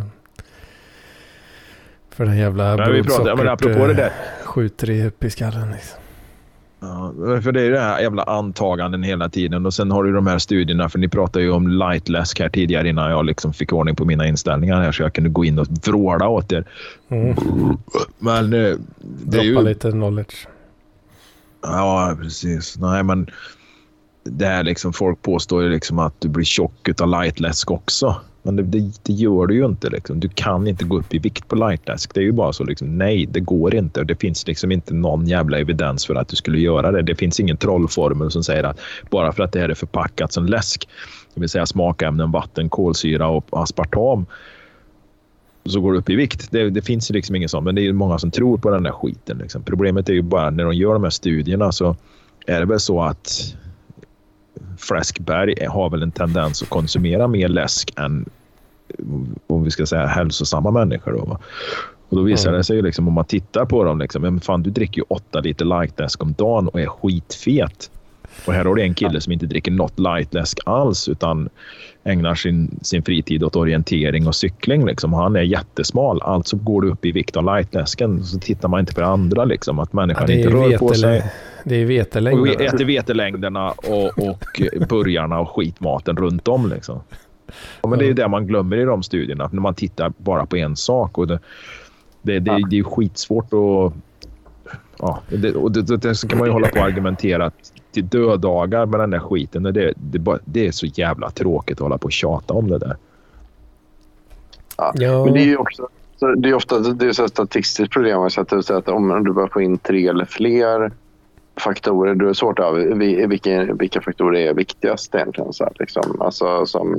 för den jävla ja, vi pratar, ja, men apropå det där. Skjuter i upp i skallen liksom. Ja, för det är ju det här jävla antaganden hela tiden. Och sen har du de här studierna, för ni pratade ju om lightläsk här tidigare innan jag liksom fick ordning på mina inställningar här så jag kunde gå in och vråla åt er. Mm. Men det är Droppa ju... lite knowledge. Ja, precis. Nej, men det här liksom, folk påstår ju liksom att du blir tjock utav lightläsk också. Men det, det, det gör du ju inte liksom. Du kan inte gå upp i vikt på lightläsk. Det är ju bara så liksom, nej, det går inte. Det finns liksom inte någon jävla evidens för att du skulle göra det. Det finns ingen trollformel som säger att bara för att det här är förpackat som läsk, det vill säga smakämnen, vatten, kolsyra och aspartam, så går du upp i vikt. Det, det finns ju liksom ingen sån, men det är ju många som tror på den där skiten liksom. Problemet är ju bara när de gör de här studierna så är det väl så att Fläskberg har väl en tendens att konsumera mer läsk än, om vi ska säga, hälsosamma människor då, va? Och då visar mm. det sig ju liksom, om man tittar på dem liksom, men fan, du dricker ju åtta liter lightläsk om dagen och är skitfet. Och här har du en kille som inte dricker något lightläsk alls utan ägnar sin, sin fritid åt orientering och cykling liksom. Han är jättesmal, alltså går du upp i vikt av lightläsken, så tittar man inte på det andra liksom, att människan ja, inte rör på sig. Det är vetelängderna. Och äter vetelängderna och, och burgarna och skitmaten runt om liksom. Ja, men det är ju det man glömmer i de studierna, när man tittar bara på en sak. Och det, det, det, det är ju skitsvårt att... Ja, det, och det, det, det så kan man ju hålla på och argumentera till dödagar med den där skiten. Det, det, det, det är så jävla tråkigt att hålla på och tjata om det där. Ja, ja. Men det är ju också... Så det är ofta det är så ett statistiskt problem att, att om du börjar få in tre eller fler faktorer, det är svårt av vilka, vilka faktorer är viktigast egentligen. Så här, liksom. Alltså, som,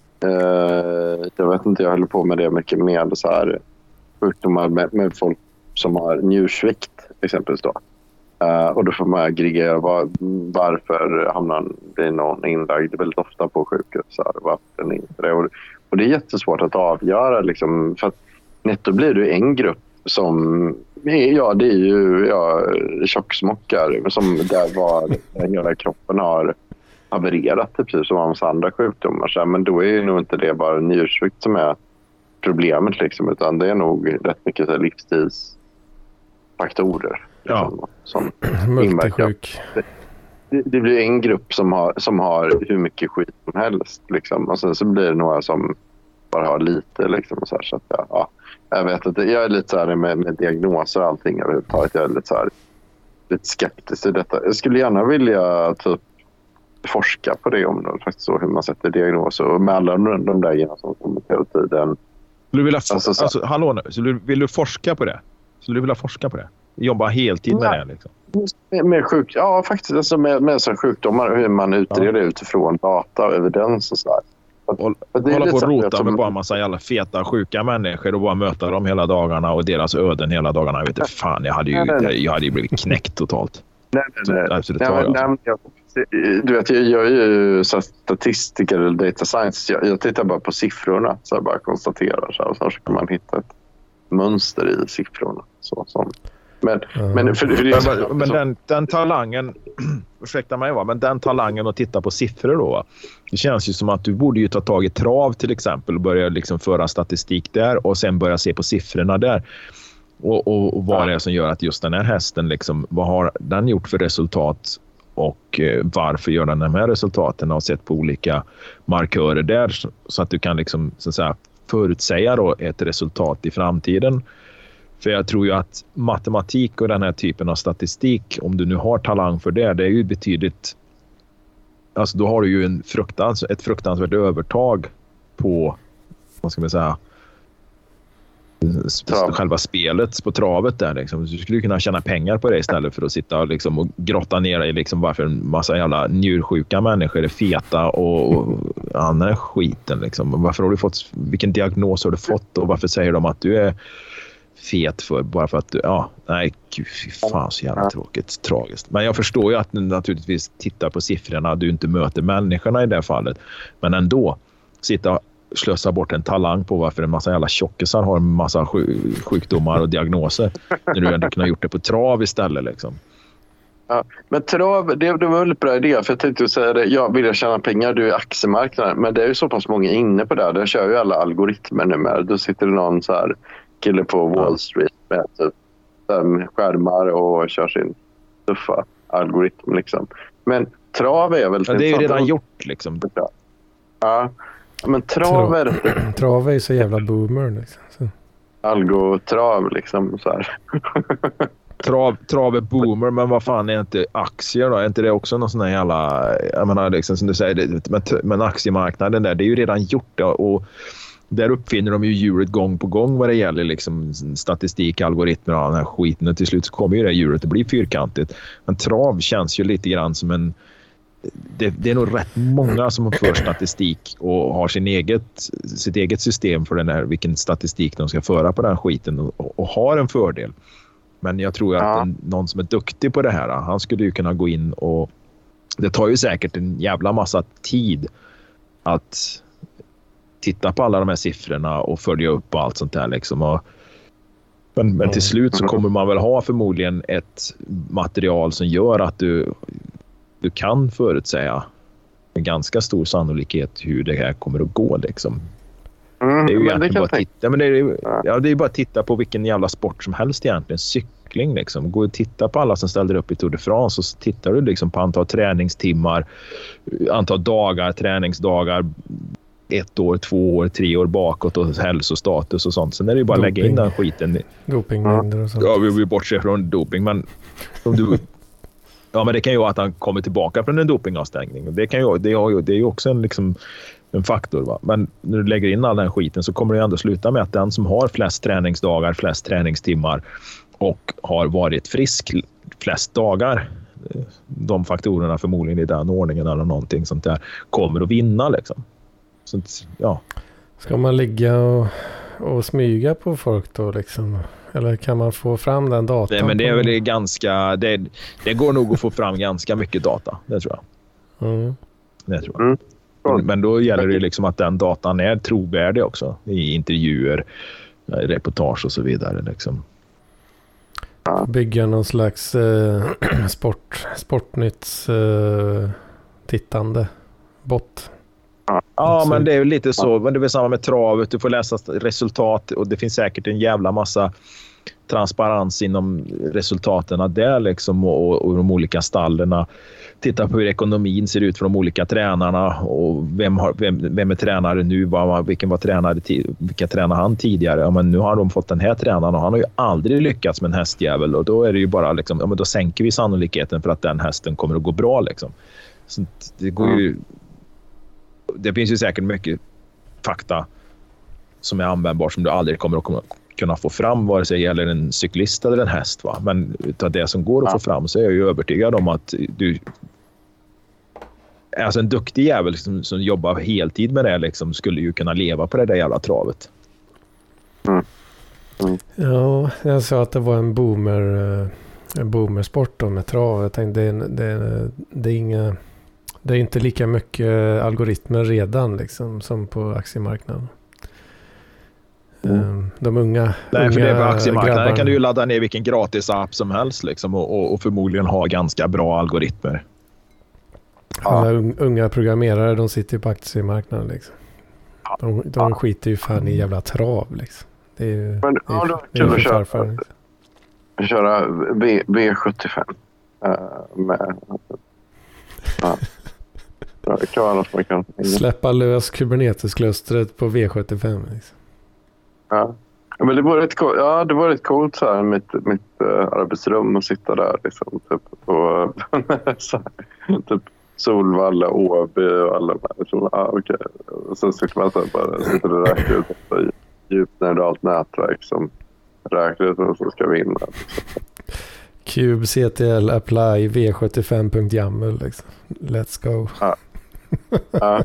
eh, jag vet inte, jag håller på med det mycket med så här, sjukdomar med, med folk som har njursvikt exempelvis då. Uh, och då får man aggregera var, varför hamnar det någon inlagd väldigt ofta på sjukhus. Så här, varför inte det. Och, och det är jättesvårt att avgöra liksom, för att netto blir det en grupp som ja, det är ju ja, tjocksmockar som där var hela kroppen har havererat typ som av andra sjukdomar. Så här, men då är ju nog inte det bara njursvikt som är problemet liksom, utan det är nog rätt mycket så här, livsstilsfaktorer. Ja. Som, som multisjuk. Det, det blir en grupp som har, som har hur mycket skit som helst. Liksom. Och sen så blir det några som bara har lite. Liksom, och så här, så att, ja, ja, jag vet inte. Jag är lite så här med, med diagnoser och allting överhuvudtaget. Jag är lite, så här, lite skeptisk till detta. Jag skulle gärna vilja typ, forska på det om det, faktiskt så, hur man sätter diagnoser. Och med alla de, de där grejerna som kommer hela tiden. Du vill for- alltså, så, alltså, hallå nu. Så du, vill du forska på det? Så du vill forska på det? Jobba heltid med Nej. det liksom? Med, med sjuk, ja, faktiskt alltså med, med så sjukdomar, hur man utreder ja. utifrån data och evidens och sådär. Håll, hålla på och rota som... med bara en massa jävla feta sjuka människor och bara möta dem hela dagarna och deras öden hela dagarna. Jag vet inte, fan, jag hade ju, nej, nej. Jag hade ju blivit knäckt totalt. Nej, nej, nej. Så, nej, men, nej, men jag, du vet, jag, jag är ju så statistiker eller data science. Jag, jag tittar bara på siffrorna, så jag bara konstaterar så här, och så kan man hitta ett mönster i siffrorna. Så, som Men, mm. men, för, för det men, men den, den talangen ursäkta mig va, men den talangen att titta på siffror då va? Det känns ju som att du borde ju ta tag i trav till exempel och börja liksom föra statistik där och sen börja se på siffrorna där och, och, och vad ja. det är som gör att just den här hästen liksom, vad har den gjort för resultat och eh, varför gör den de här resultaten och sett på olika markörer där så att du kan liksom så att säga förutsäga då ett resultat i framtiden. För jag tror ju att matematik och den här typen av statistik, om du nu har talang för det, det är ju betydligt... Alltså då har du ju en fruktans, ett fruktansvärt övertag på, vad ska man säga, Trav. själva spelet på travet där. Liksom. Du skulle kunna tjäna pengar på det istället för att sitta liksom, och grotta ner i liksom, varför en massa jävla njursjuka människor är feta och, och andra skiten. Liksom. Varför har du fått, vilken diagnos har du fått och varför säger de att du är fet för bara för att du, ja, nej, gud, fy fan så jävla tråkigt, tragiskt. Men jag förstår ju att ni naturligtvis tittar på siffrorna, du inte möter människorna i det fallet. Men ändå, sitta och slösa bort en talang på varför en massa jävla tjockisar har en massa sj- sjukdomar och diagnoser när du ändå kunde ha gjort det på trav istället liksom. Ja, men trav, det, det var väl bra idé, för jag tänkte säga det, jag vill tjäna pengar, du är aktiemarknaden, men det är ju så pass många inne på det, där kör ju alla algoritmer numera, då sitter det någon så här kille på Wall Street med typ um, skärmar och kör sin tuffa algoritm liksom. Men trav är väl... Ja, det är ju redan gjort liksom. Ja, men trav är... Trav, trav är ju så jävla boomer liksom. Så. Algotrav liksom så här. Trav, trav är boomer, men vad fan är inte aktier då? Är inte det också någon sån här jävla... Jag menar liksom som du säger, det, men, men aktiemarknaden där, det är ju redan gjort och där uppfinner de ju djuret gång på gång vad det gäller liksom statistik, algoritmer och den här skiten. Och till slut så kommer ju det djuret att bli fyrkantigt. Men trav känns ju lite grann som en... Det, det är nog rätt många som för statistik och har sin eget, sitt eget system för den här, vilken statistik de ska föra på den skiten och, och har en fördel. Men jag tror att ja. en, någon som är duktig på det här, han skulle ju kunna gå in och... Det tar ju säkert en jävla massa tid att... titta på alla de här siffrorna och följa upp och allt sånt där liksom. Och, men, men till slut så kommer man väl ha förmodligen ett material som gör att du, du kan förutsäga med ganska stor sannolikhet hur det här kommer att gå liksom. Mm, det är ju men det bara att titta, men det är, ja, det är bara att titta på vilken jävla sport som helst egentligen. Cykling liksom. Gå och titta på alla som ställer upp i Tour de France och så tittar du liksom på antal träningstimmar, antal dagar, träningsdagar, ett år, två år, tre år bakåt och hälsostatus och sånt. Sen är det ju bara att lägga in den skiten. Dopingmängder och sånt. Ja, vi vill bortse från doping, men om du... Ja, men det kan ju vara att han kommer tillbaka från en dopingavstängning. Det kan ju, det är ju, det är ju också en, liksom, en faktor. Va? Men när du lägger in all den skiten så kommer det ju ändå sluta med att den som har flest träningsdagar, flest träningstimmar och har varit frisk flest dagar, de faktorerna förmodligen i den ordningen eller någonting sånt där kommer att vinna liksom. Så, ja. Ska man ligga och, och smyga på folk då liksom? Eller kan man få fram den datan? Nej, men det är väl det ganska... Det, det går nog att få fram ganska mycket data, det tror jag. Mm. Det tror jag. Mm. Men då gäller det liksom att den datan är trovärdig också. I intervjuer, reportage och så vidare liksom. Bygga någon slags eh, sport, sportnytts eh, tittande bot. Ja, men det är ju lite så. Men det är väl samma med travet. Du får läsa resultat och det finns säkert en jävla massa transparens inom resultaten där liksom och, och, och de olika stallerna. Titta på hur ekonomin ser ut för de olika tränarna och vem, har, vem, vem är tränare nu, vad, vilken var tränare vilka tränade han tidigare. Ja, men nu har de fått den här tränaren och han har ju aldrig lyckats med en hästjävel och då är det ju bara liksom, ja, men då sänker vi sannolikheten för att den hästen kommer att gå bra liksom. Så det går ju det finns ju säkert mycket fakta som är användbar som du aldrig kommer att kunna få fram vare sig det gäller en cyklist eller en häst va? Men utav det som går att få fram så är jag ju övertygad om att du alltså en duktig jävel som, som jobbar heltid med det liksom, skulle ju kunna leva på det där jävla travet. Mm. Mm. Ja, jag sa att det var en boomer en boomersport då med trav. Jag tänkte det, det, det är inga det är inte lika mycket algoritmer redan liksom som på aktiemarknaden. Mm. De unga Nej, unga för det är på aktiemarknaden grabbar. kan du ju ladda ner vilken gratis app som helst liksom, och, och, och förmodligen ha ganska bra algoritmer. Alla ja. unga programmerare, de sitter ju på aktiemarknaden liksom. De, de skiter ju fan i jävla trav liksom. Det är ju Men, det är, ja, då det är kan du köra, farfar, liksom. köra v, V sjuttiofem uh, med ja. Det kan vara något man kan släppa lös Kubernetes-klustret på V sjuttiofem liksom. Ja. Men det var rätt coolt, ja, det var rätt coolt så här mitt, mitt uh, arbetsrum och sitta där liksom typ på så här, typ Solvalla, Åby och alla de här. Så, ah, okay. Och sen sitter man så här bara sitter och räknar ut ett djupt neuralt nätverk som räknar ut och så ska vinna. Liksom. Cube, C T L, apply, V sjuttiofem punkt yaml liksom. Let's go. Ja. Ja.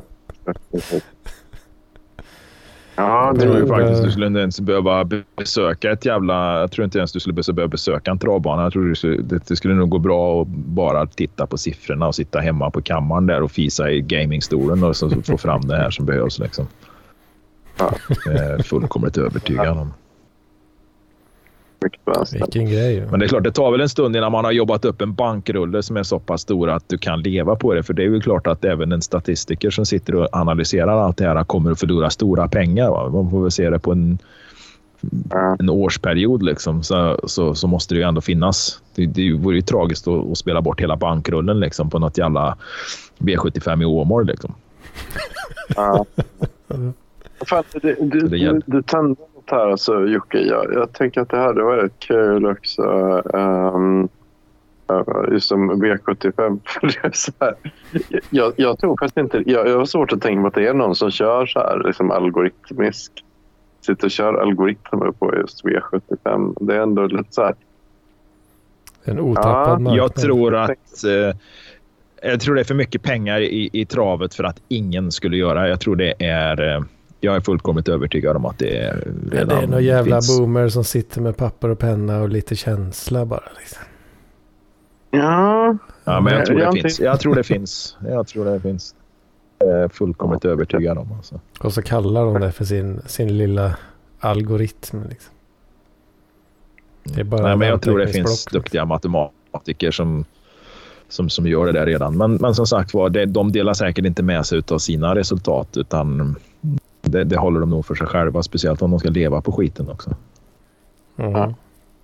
Ja, jag det tror ju det- faktiskt du skulle inte ens behöva besöka ett jävla... Jag tror inte ens du skulle behöva besöka en travbana. Jag tror du skulle, det, det skulle nog gå bra att bara titta på siffrorna och sitta hemma på kammaren där och fisa i gamingstolen och så få fram det här som behövs liksom. Ja. Jag är fullkomligt övertygad om. mycket vänster. Vilken grej. Ja. Men det är klart, det tar väl en stund innan man har jobbat upp en bankrulle som är så pass stor att du kan leva på det. För det är ju klart att även en statistiker som sitter och analyserar allt det här kommer att förlora stora pengar. Va? Man får väl se det på en, en årsperiod liksom. Så, så, så måste det ju ändå finnas. Det, det vore ju tragiskt att, att spela bort hela bankrullen liksom, på något jävla V sjuttiofem i Åmål liksom. Ja. Fan, du, du, du, du tände något här alltså, Jocke. Jag, jag tänker att det här det var rätt kul också. Um, just som V sjuttiofem. Det är så här. Jag, jag tror faktiskt inte... Jag, jag har svårt att tänka på att det är någon som kör så här liksom algoritmisk. Sitter och kör algoritmer på just V sjuttiofem. Det är ändå lite så här... En otappad Ja, marknad. Jag tror att... Eh, jag tror det är för mycket pengar i, i travet för att ingen skulle göra. Jag tror det är... Eh, jag är fullkomligt övertygad om att det är redan det är någon jävla finns. boomer som sitter med papper och penna och lite känsla bara. Liksom. Ja... Ja, men jag tror det Jag finns. Jag tror det finns. Jag tror det finns. Jag är fullkomligt övertygad om. Alltså. Och så kallar de det för sin, sin lilla algoritm. Liksom. Det är bara Nej, men jag ett tror det tekniskt finns block, duktiga matematiker som, som, som gör det där redan. Men, men som sagt var, det, de delar säkert inte med sig av sina resultat utan det, det håller de nog för sig själva. Speciellt om de ska leva på skiten också. Mm. Ja.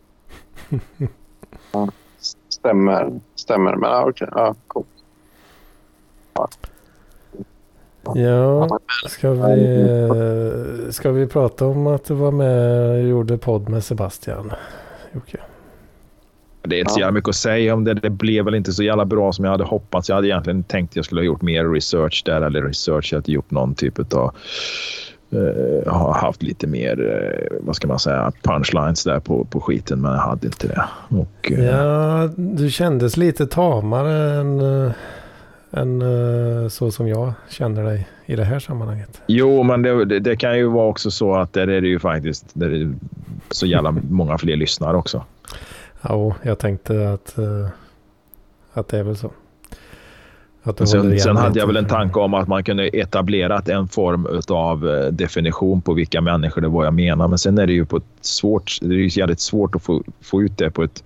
Ja, stämmer, stämmer. Men ja, okej, ja, coolt. Ja, ska vi, eh, ska vi prata om att du var med och gjorde podd med Sebastian? Okay. Det är inte Ja. så jävla mycket att säga om det. Det blev väl inte så jävla bra som jag hade hoppats. Jag hade egentligen tänkt att jag skulle ha gjort mer research där. Eller research, jag hade gjort någon typ av uh, har haft lite mer, uh, vad ska man säga, punchlines där på, på skiten, men jag hade inte det. Och, uh, ja, du kändes lite tamare än, uh, än uh, så som jag känner dig i det här sammanhanget. Jo, men det, det, det kan ju vara också så att där är det ju faktiskt där är det så jävla många fler lyssnare också. Ja, jag tänkte att, uh, att det är väl så. Sen, sen hade jag väl en tanke om att man kunde etablera en form av definition på vilka människor det var jag menar. Men sen är det ju på ett svårt, det är ju jävligt svårt att få, få ut det på ett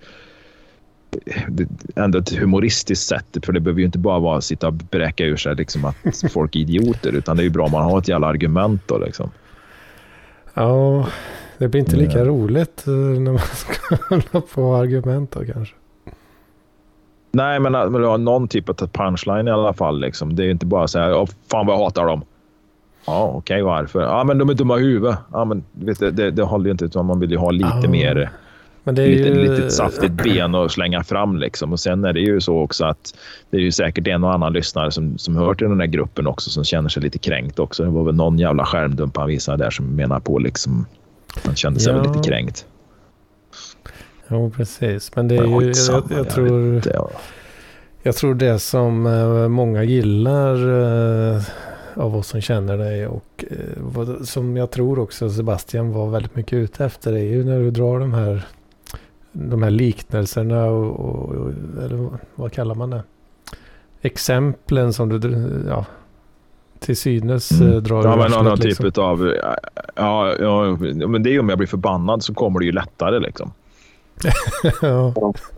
ändå ett humoristiskt sätt. För det behöver ju inte bara vara att sitta och bräcka ur sig liksom att folk är idioter, utan det är ju bra om man har ett jävla argument då liksom. Ja, det blir inte lika ja. roligt när man ska hålla på argument då kanske. Nej, men att ha någon typ av punchline i alla fall. Liksom. Det är ju inte bara så här, åh, fan vad jag hatar dem. Ja, okej, okay, varför? Ja, men de är dumma i huvudet. Ja, men vet du, det, det håller ju inte, utan man vill ju ha lite oh. mer, men det är lite, ju... lite saftigt ben och slänga fram liksom. Och sen är det ju så också att det är ju säkert en och annan lyssnare som, som hör till den här gruppen också, som känner sig lite kränkt också. Det var väl någon jävla skärmdump han visade där som menar på liksom, man kände sig ja. väl lite kränkt. Ja, precis. Men det är ju, jag, jag, jag tror inte, ja. jag tror det som uh, många gillar uh, av oss som känner dig och uh, vad, som jag tror också Sebastian var väldigt mycket ute efter, det är ju när du drar de här de här liknelserna och, och eller vad kallar man det? Exemplen som du ja, till synes mm. uh, drar. Ja, men någon, någon liksom. typ av ja, ja, men det är ju om jag blir förbannad så kommer det ju lättare liksom. ja.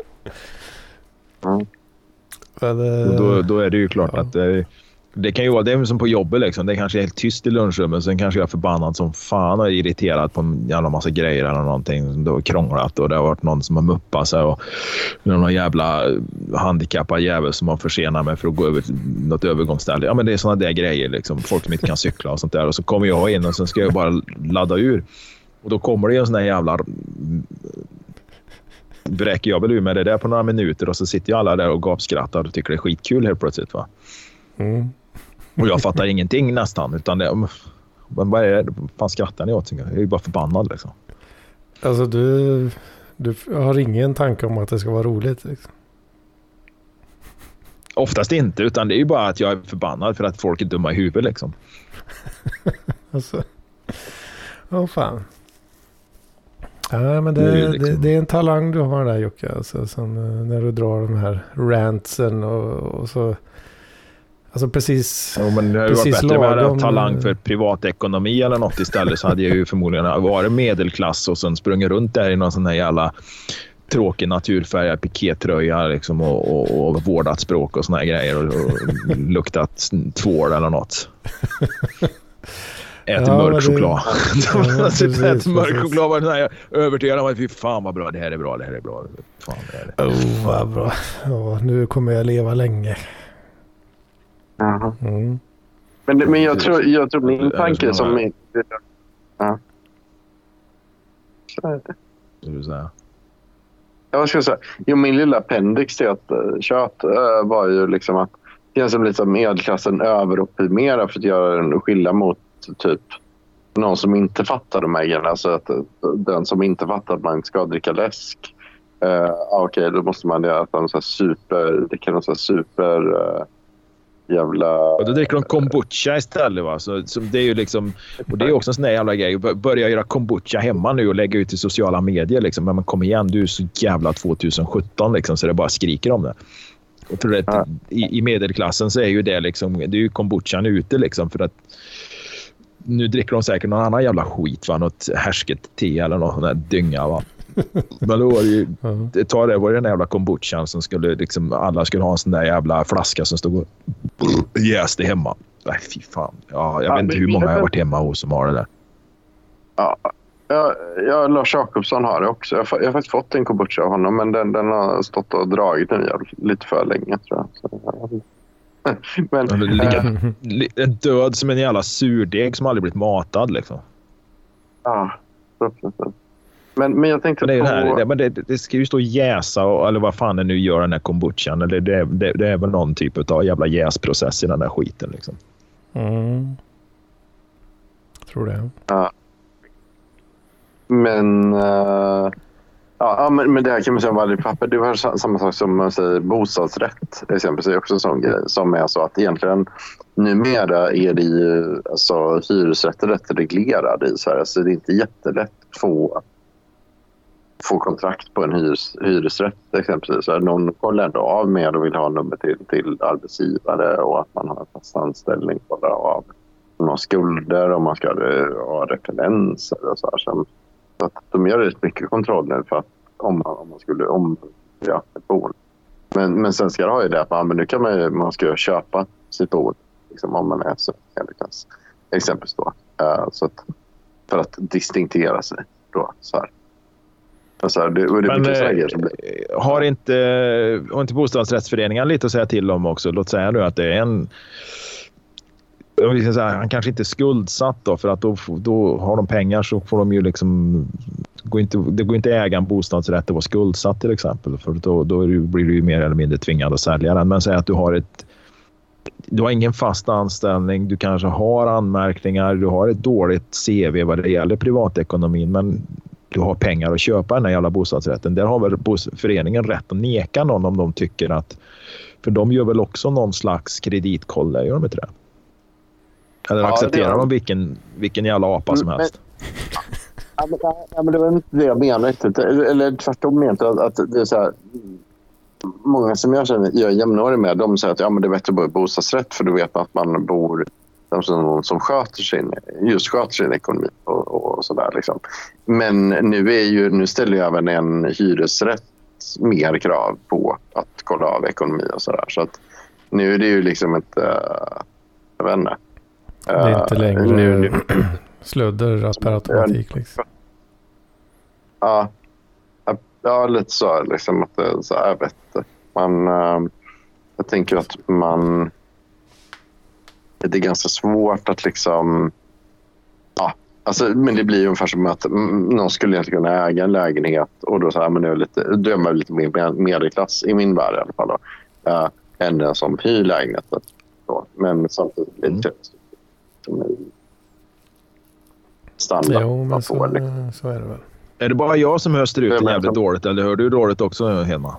Mm. Men, och då, då är det ju klart ja. att det, det kan ju vara det som på jobbet liksom. Det är kanske helt tyst i lunchrummet, sen kanske jag är förbannad som fan och irriterad på en jävla massa grejer eller någonting. Det har krånglat och det har varit någon som har muppat sig och någon jävla handikappad jävel som har försenat mig för att gå över till något övergångsställe. Ja, men det är sådana där grejer liksom. Folk som inte kan cykla och sånt där, och så kommer jag in och sen ska jag bara ladda ur och då kommer det en sån där jävla bräcker jag väl ur med det där på några minuter och så sitter ju alla där och gapskrattar och tycker det är skitkul helt plötsligt, va? Mm. Och jag fattar ingenting nästan, utan det, men vad är det? Fan skrattar ni åt? Jag är ju bara förbannad liksom. Alltså du, du har ingen tanke om att det ska vara roligt liksom? Oftast inte, utan det är ju bara att jag är förbannad för att folk är dumma i huvudet liksom. Alltså, åh oh, fan. Ja, men det, det, är liksom... det, det är en talang du har där, Jocke. Alltså, som, när du drar de här rantsen och, och så... Alltså precis... Jo, men det hade varit bättre med att talang för privatekonomi eller något istället, så hade jag ju förmodligen varit medelklass och sen sprungit runt där i någon sån här jävla tråkig naturfärgad pikétröja liksom, och, och, och vårdat språk och såna här grejer och, och luktat tvål eller något. Äter ja, mörk det, choklad. Ja, äter mörk choklad var den här övertygad om att fy fan vad bra, det här är bra, det här är bra. Fan, det här är. Oh, vad bra. Ja, nu kommer jag leva länge. Jaha. Mm. Men, men jag tror, jag tror min tanke som är... Ja. Så är det. Vad du säger? Jag ska säga, jo, min lilla appendix till att uh, kött uh, var ju liksom att det är som lite som medelklassen överoptimerar för att göra en skillnad mot typ någon som inte fattar de här grejerna. Alltså att den som inte fattar att man ska dricka läsk. Uh, Okej, okay, då måste man göra någon så här super, det kan vara så här super uh, jävla... Och då dricker de kombucha istället, va? Så, så det är ju liksom, och det är också en sån där jävla grej. Börja göra kombucha hemma nu och lägga ut i sociala medier liksom. Men man kommer igen, du är så jävla tjugohundrasjutton liksom, så det bara skriker om det. Och för att, ja. i, i medelklassen så är ju det liksom, det är ju kombuchan ute liksom, för att nu dricker de säkert någon annan jävla skit, va? Något härsket te eller någon sån där dynga, va? Men då var det ju, det tar det var den jävla kombuchan som skulle liksom, alla skulle ha en sån där jävla flaska som stod och jäste hemma. Nej, fy fan. Ja, jag ja, vet inte hur många jag har varit hemma hos som har det där. Ja, jag, jag Lars Jakobsson har det också. Jag, jag har faktiskt fått en kombucha av honom, men den, den har stått och dragit den lite för länge, tror jag. Så, men, men lika, äh, en död som en jävla surdeg som aldrig blivit matad liksom. Ja, fruktansvärt. Men, men jag tänkte men det, på... här, det, men det, det ska ju stå jäsa och, eller vad fan det nu gör den här kombuchan. Eller det, det, det är väl någon typ av jävla jäsprocess i den där skiten liksom. Mm. tror det. Ja. Men, uh, ja, men, men det här kan man säga om vanlig papper. Det var samma sak som man säger bostadsrätt. Exempelvis är också en sån grej som är så att egentligen numera är det ju alltså, hyresrätter rätt reglerade i Sverige. Så det är inte jättelätt att få, få kontrakt på en hyres, hyresrätt exempelvis. Så någon kollar ändå av med och vill ha nummer till, till arbetsgivare och att man har en fast anställning, kollar av man har skulder och man ska ha referenser och så här. Så att de gör rätt mycket kontroll nu för att om man, om man skulle om ja, ett boende. Men, men sen ska det ha ju det att man, men nu kan man ju, man ska köpa sitt boende liksom, om man är så exempelvis då. Uh, så att, för att distinktera sig då så här. Så här, det, och det men äh, som blir. Har inte har inte bostadsrättsföreningar lite att säga till om också? Låt säga nu att det är en han kanske inte är skuldsatt då, för att då, då har de pengar så får de ju liksom går inte, det går inte äga en bostadsrätt att vara skuldsatt till exempel, för då, då blir du ju mer eller mindre tvingad att sälja den. Men säg att du har ett du har ingen fast anställning, du kanske har anmärkningar, du har ett dåligt C V vad det gäller privatekonomin, men du har pengar att köpa den här jävla bostadsrätten. Där har väl föreningen rätt att neka någon om de tycker att, för de gör väl också någon slags kreditkoll, gör de inte det? Eller ja, accepterar de vilken, vilken jävla apa som helst? Men, ja, men, ja, men det var inte det jag menade. Eller, eller tvärtom menade att, att det är så här, många som jag känner, jag är jämnårig med, de säger att ja, men det är bättre att bo i bostadsrätt för du vet att man bor som, som sköter sin, just sköter sin ekonomi och, och sådär liksom. Men nu, är ju, nu ställer jag även en hyresrätt mer krav på att kolla av ekonomi och sådär. Så att nu är det ju liksom ett, uh, jag vet inte. Det är inte längre uh, nu, nu. sludder per automatik liksom. Ja, ja lite så liksom att det, så jag vet man uh, jag tänker att man det är ganska svårt att liksom ja, alltså, men det blir ju ungefär som att någon skulle egentligen kunna äga en lägenhet och då så här, men nu är lite, då är man lite mer medelklass i min värld i alla fall då, uh, än den som hyr lägenheten då. Men samtidigt blir det mm. som är standard. Jo, men så, liksom. Så är det väl. Är det bara jag som hör struten jävligt dåligt, eller hör du dåligt också hemma?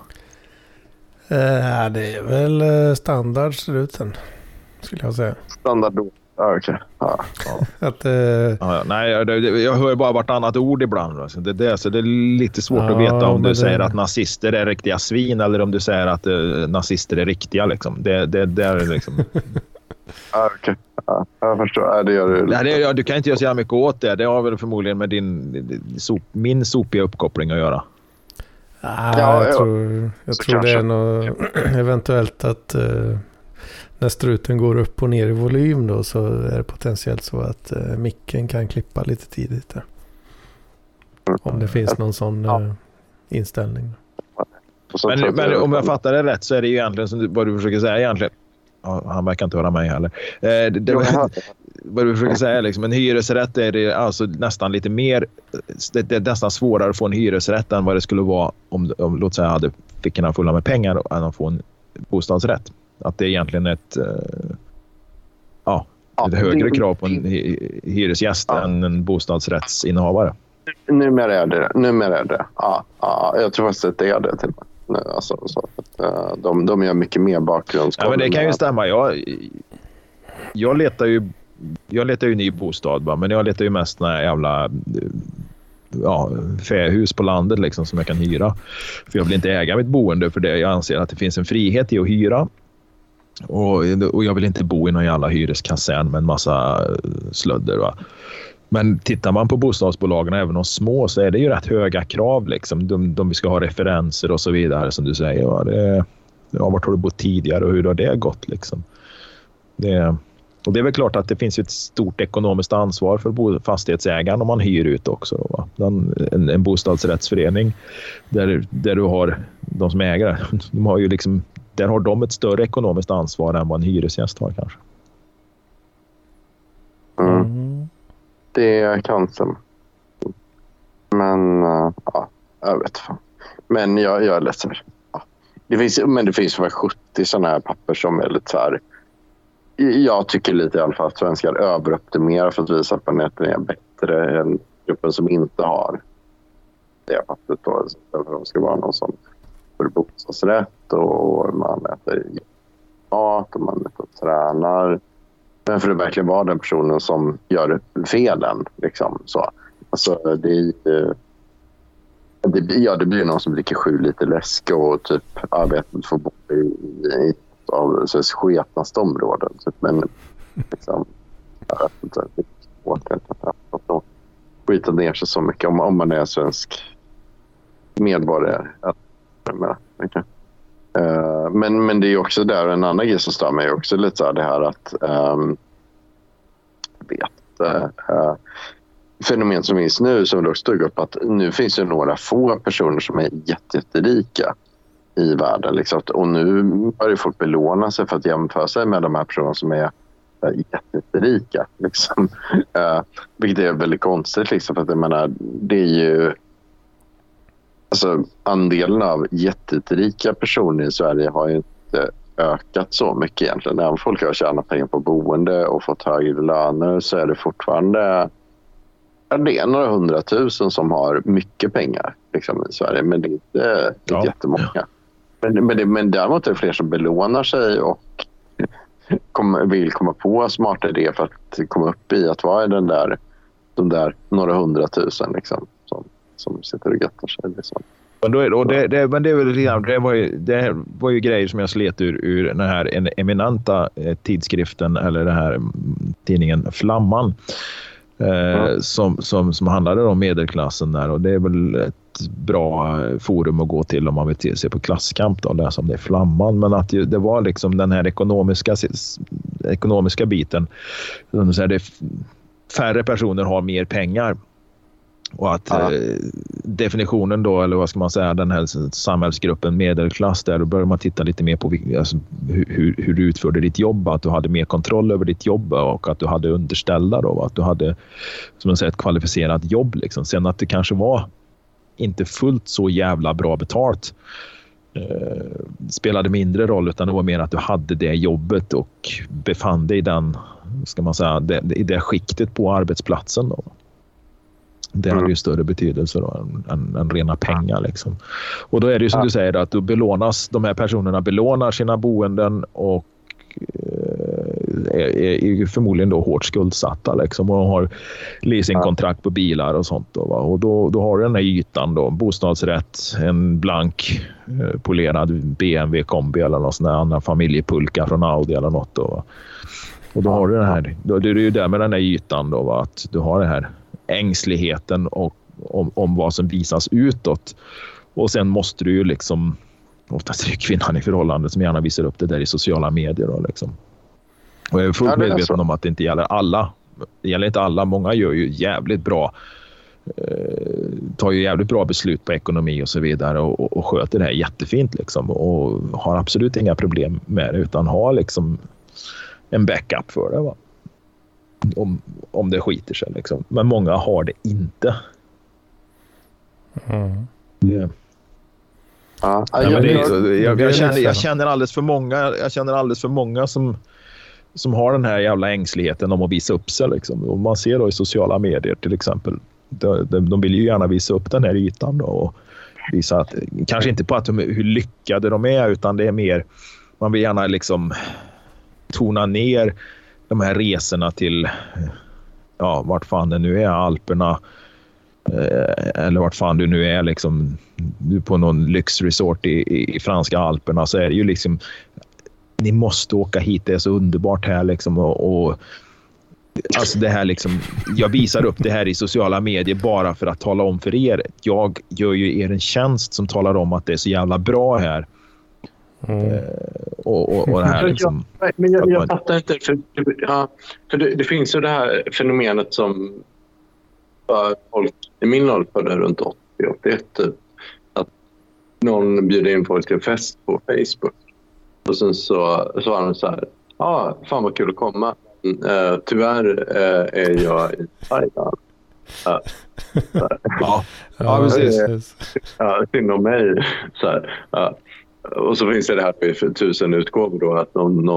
Uh, det är väl standard struten, skulle jag säga. Standard då. Ah, okej. Okay. Ah, ah. Att, uh... ah, nej, jag, jag hör bara vartannat ord ibland. Alltså. Det, det, så det är lite svårt ah, att veta om du det... säger att nazister är riktiga svin eller om du säger att uh, nazister är riktiga. Liksom. Det, det, det är liksom... ah, okej. Okay. Ah, jag förstår. Ah, det gör du. Nej, det, ja, du kan inte göra så jävla mycket åt det. Det har väl förmodligen med din, sop, min sopiga uppkoppling att göra. Ah, ja, jag ja. tror, jag tror det är något, eventuellt att uh, när struten går upp och ner i volym då, så är det potentiellt så att uh, micken kan klippa lite tidigt där. Mm. Om det finns någon sån ja. uh, inställning. Men, men om jag fattar det rätt så är det ju egentligen som du, vad du försöker säga egentligen. Ja, han verkar inte höra mig heller. Eh, det, det, vad du försöker säga liksom, en hyresrätt är det alltså nästan lite mer, det, det är nästan svårare att få en hyresrätt än vad det skulle vara om, om låt säga hade fickorna fulla med pengar än att få en bostadsrätt. Att det är egentligen ett eh, ja, ett ja, högre krav på en hyresgäst ja. än en bostadsrättsinnehavare. Numera är det. Numera är det. Ja, ja, jag tror faktiskt att det är det till mig. Alltså, så att, de, de gör mycket mer bakgrundskoll. Ja, men det kan ju stämma. Jag, jag letar ju jag letar ju ny bostad, va? Men jag letar ju mest när jävla ja, fähus på landet liksom, som jag kan hyra. För jag vill inte äga mitt boende för det. Jag anser att det finns en frihet i att hyra. Och, och jag vill inte bo i någon jävla hyreskassan med en massa slödder, va? Men tittar man på bostadsbolagen, även de små, så är det ju rätt höga krav. Liksom. De, de ska ha referenser och så vidare, som du säger. Ja, det, ja, vart har du bott tidigare och hur har det gått? Liksom. Det, och det är väl klart att det finns ett stort ekonomiskt ansvar för fastighetsägaren om man hyr ut också. Va? En, en, en bostadsrättsförening där, där du har de som äger, de har ju liksom, där har de ett större ekonomiskt ansvar än vad en hyresgäst har kanske. Mm. Det är kanske. Men uh, ja, jag vet fan. Men jag, jag är ledsen. Ja. Det finns, men det finns väl sjuttio sådana här papper som är lite så här. jag tycker lite i alla fall att svenskar överoptimerar för att visa på att den är bättre än gruppen som inte har det fattigt då. De ska vara någon som får bostadsrätt och man äter mat och man äter och tränar. Men för att verkligen vara den personen som gör felen. Liksom, så. Alltså, det, det, ja, det blir någon som dricker sju lite läsk och typ arbetet får bo i, i av så sketnaste områden. Så, men liksom, jag vet inte, det är svårt att skita ner sig så mycket om, om man är svensk medborgare. Okay. Uh, men, men det är också där en annan grej som stör mig också lite så här, det här att um, jag vet uh, fenomen som finns nu som dock stod upp att nu finns det några få personer som är jätterika i världen liksom, och nu börjar folk belåna sig för att jämföra sig med de här personerna som är uh, jätterika liksom. uh, vilket är väldigt konstigt liksom, för att jag menar, det är ju alltså andelen av jätterika personer i Sverige har ju inte ökat så mycket egentligen. Även folk har tjänat pengar på boende och fått högre löner så är det fortfarande det är några hundratusen som har mycket pengar liksom, i Sverige. Men det är inte ja. jättemånga. Men, men, det, men däremot är det fler som belånar sig och kom, vill komma på smarta idéer för att komma upp i att vara den där, de där några hundratusen liksom, som som sitter och göttar sig. Liksom. Men, då är, och det, det, men det, är väl, det, var ju, det var ju grejer som jag slet ur, ur den här en, eminenta eh, tidskriften eller den här tidningen Flamman eh, mm. som, som, som handlade om medelklassen där, och det är väl ett bra forum att gå till om man vill till sig på klasskamp då, och läsa om det i Flamman, men att det var liksom den här ekonomiska ekonomiska biten, som säger, det färre personer har mer pengar. Och att ja. eh, definitionen då, eller vad ska man säga, den här samhällsgruppen medelklass, där då börjar man titta lite mer på alltså, hur, hur du utförde ditt jobb, att du hade mer kontroll över ditt jobb och att du hade underställda då, att du hade som man säger, ett kvalificerat jobb liksom. Sen att det kanske var inte fullt så jävla bra betalt eh, spelade mindre roll, utan det var mer att du hade det jobbet och befann dig i den, ska man säga, det, i det skiktet på arbetsplatsen då. Det hade ju större betydelse då än, än, än rena pengar liksom. Och då är det ju som ja. du säger att då belånas, de här personerna belånar sina boenden och eh, är, är förmodligen då hårt skuldsatta liksom, och har leasingkontrakt på bilar och sånt då, va? Och då, då har du den här ytan då, bostadsrätt, en blank eh, polerad B M W kombi eller någon sån där annan familjepulka från Audi eller något då, va? Och då har du den här, då det är ju där med den här ytan då, va? Att du har det här ängsligheten och om, om vad som visas utåt, och sen måste du ju liksom, oftast är det kvinnan i förhållande som gärna visar upp det där i sociala medier då, liksom. Och jag är fullt ja, är medveten om att det inte gäller alla, det gäller inte alla, många gör ju jävligt bra eh, tar ju jävligt bra beslut på ekonomi och så vidare och, och, och sköter det här jättefint liksom, och har absolut inga problem med det, utan har liksom en backup för det, va? Om, om det skiter sig liksom. Men många har det inte. Mm. Yeah. Ja, ja, jag, det, jag, jag, jag, känner, jag känner alldeles för många jag känner alldeles för många som, som har den här jävla ängsligheten om att visa upp sig liksom. Och man ser då i sociala medier till exempel, de, de, de vill ju gärna visa upp den här ytan då, och visa att, kanske inte på att de, hur lyckade de är, utan det är mer, man vill gärna liksom tona ner de här resorna till, ja, vart fan det nu är, Alperna, eh, eller vart fan du nu är liksom, du på någon lyxresort i, i, i franska Alperna, så är det ju liksom, ni måste åka hit, det är så underbart här liksom, och, och alltså det här liksom, jag visar upp det här i sociala medier bara för att tala om för er, jag gör ju er en tjänst som talar om att det är så jävla bra här. Mm. Uh, och, och, och det här liksom, jag, men jag, jag fattar inte för, ja, för det, det finns ju det här fenomenet som för folk i min ålder runt åttio åttioett typ, att någon bjuder in folk till en fest på Facebook och sen så svarar de så här, ja, ah, fan vad kul att komma, uh, tyvärr uh, är jag i Thailand. Uh, ja, ja, precis. Ja, synd om mig så här, uh, och så finns det det här för tusen utgåvor då, att någon, någon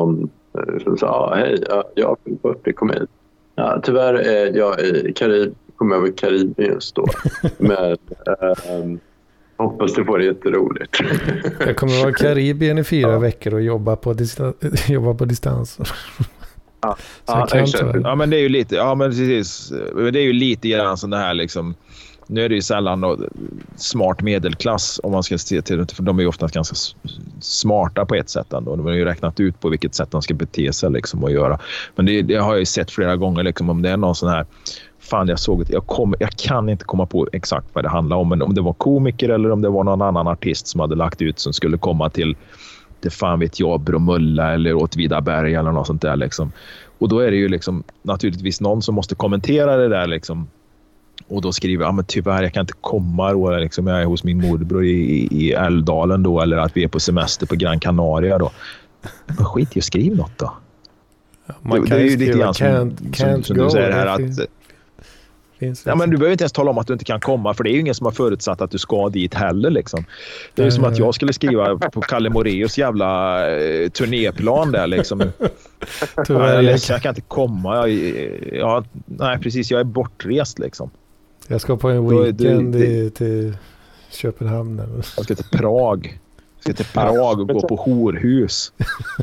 Så sa hej, jag, jag fyller fyrtio, kom hit. Ja, tyvärr är jag i Karib, kommer över Karibien just då. Men ähm, hoppas du får det jätteroligt. Jag kommer vara i Karibien i fyra ja. veckor och jobba på, distan- jobba på distans. Ja, ja, ja, men det är ju lite, ja men precis. Det är ju lite grann sån här liksom. Nu är det ju sällan då smart medelklass om man ska se till det, för de är ju ofta ganska smarta på ett sätt ändå. De har ju räknat ut på vilket sätt de ska bete sig liksom och göra. Men det, det har jag ju sett flera gånger liksom, om det är någon sån här, fan jag såg det, jag, kom, jag kan inte komma på exakt vad det handlar om, men om det var komiker eller om det var någon annan artist som hade lagt ut som skulle komma till det fan vet jag, Bromölla eller Åtvidaberg eller något sånt där liksom. Och då är det ju liksom naturligtvis någon som måste kommentera det där liksom. Och då skriver jag, ah, men tyvärr jag kan inte komma då, liksom, jag är hos min morbror i, i Älvdalen då, eller att vi är på semester på Gran Canaria då. Men skit i att skriva något då. Ja, man det, kan det är ju lite grann som, can't, can't som, som du säger här att finns, ja, men du behöver inte ens tala om att du inte kan komma, för det är ju ingen som har förutsatt att du ska dit heller liksom. Det är ju som att jag skulle skriva på Kalle Moreus jävla eh, turnéplan där liksom. Tyvärr, jag, jag, jag kan inte komma. Jag, jag, nej, precis. Jag är bortrest liksom. Jag ska på en weekend det, det, till Köpenhamn. Eller? Jag ska till Prag. Jag ska till Prag och gå på horhus.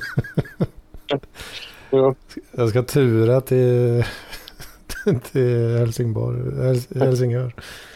Jag ska tura till till Helsingborg, Helsingör.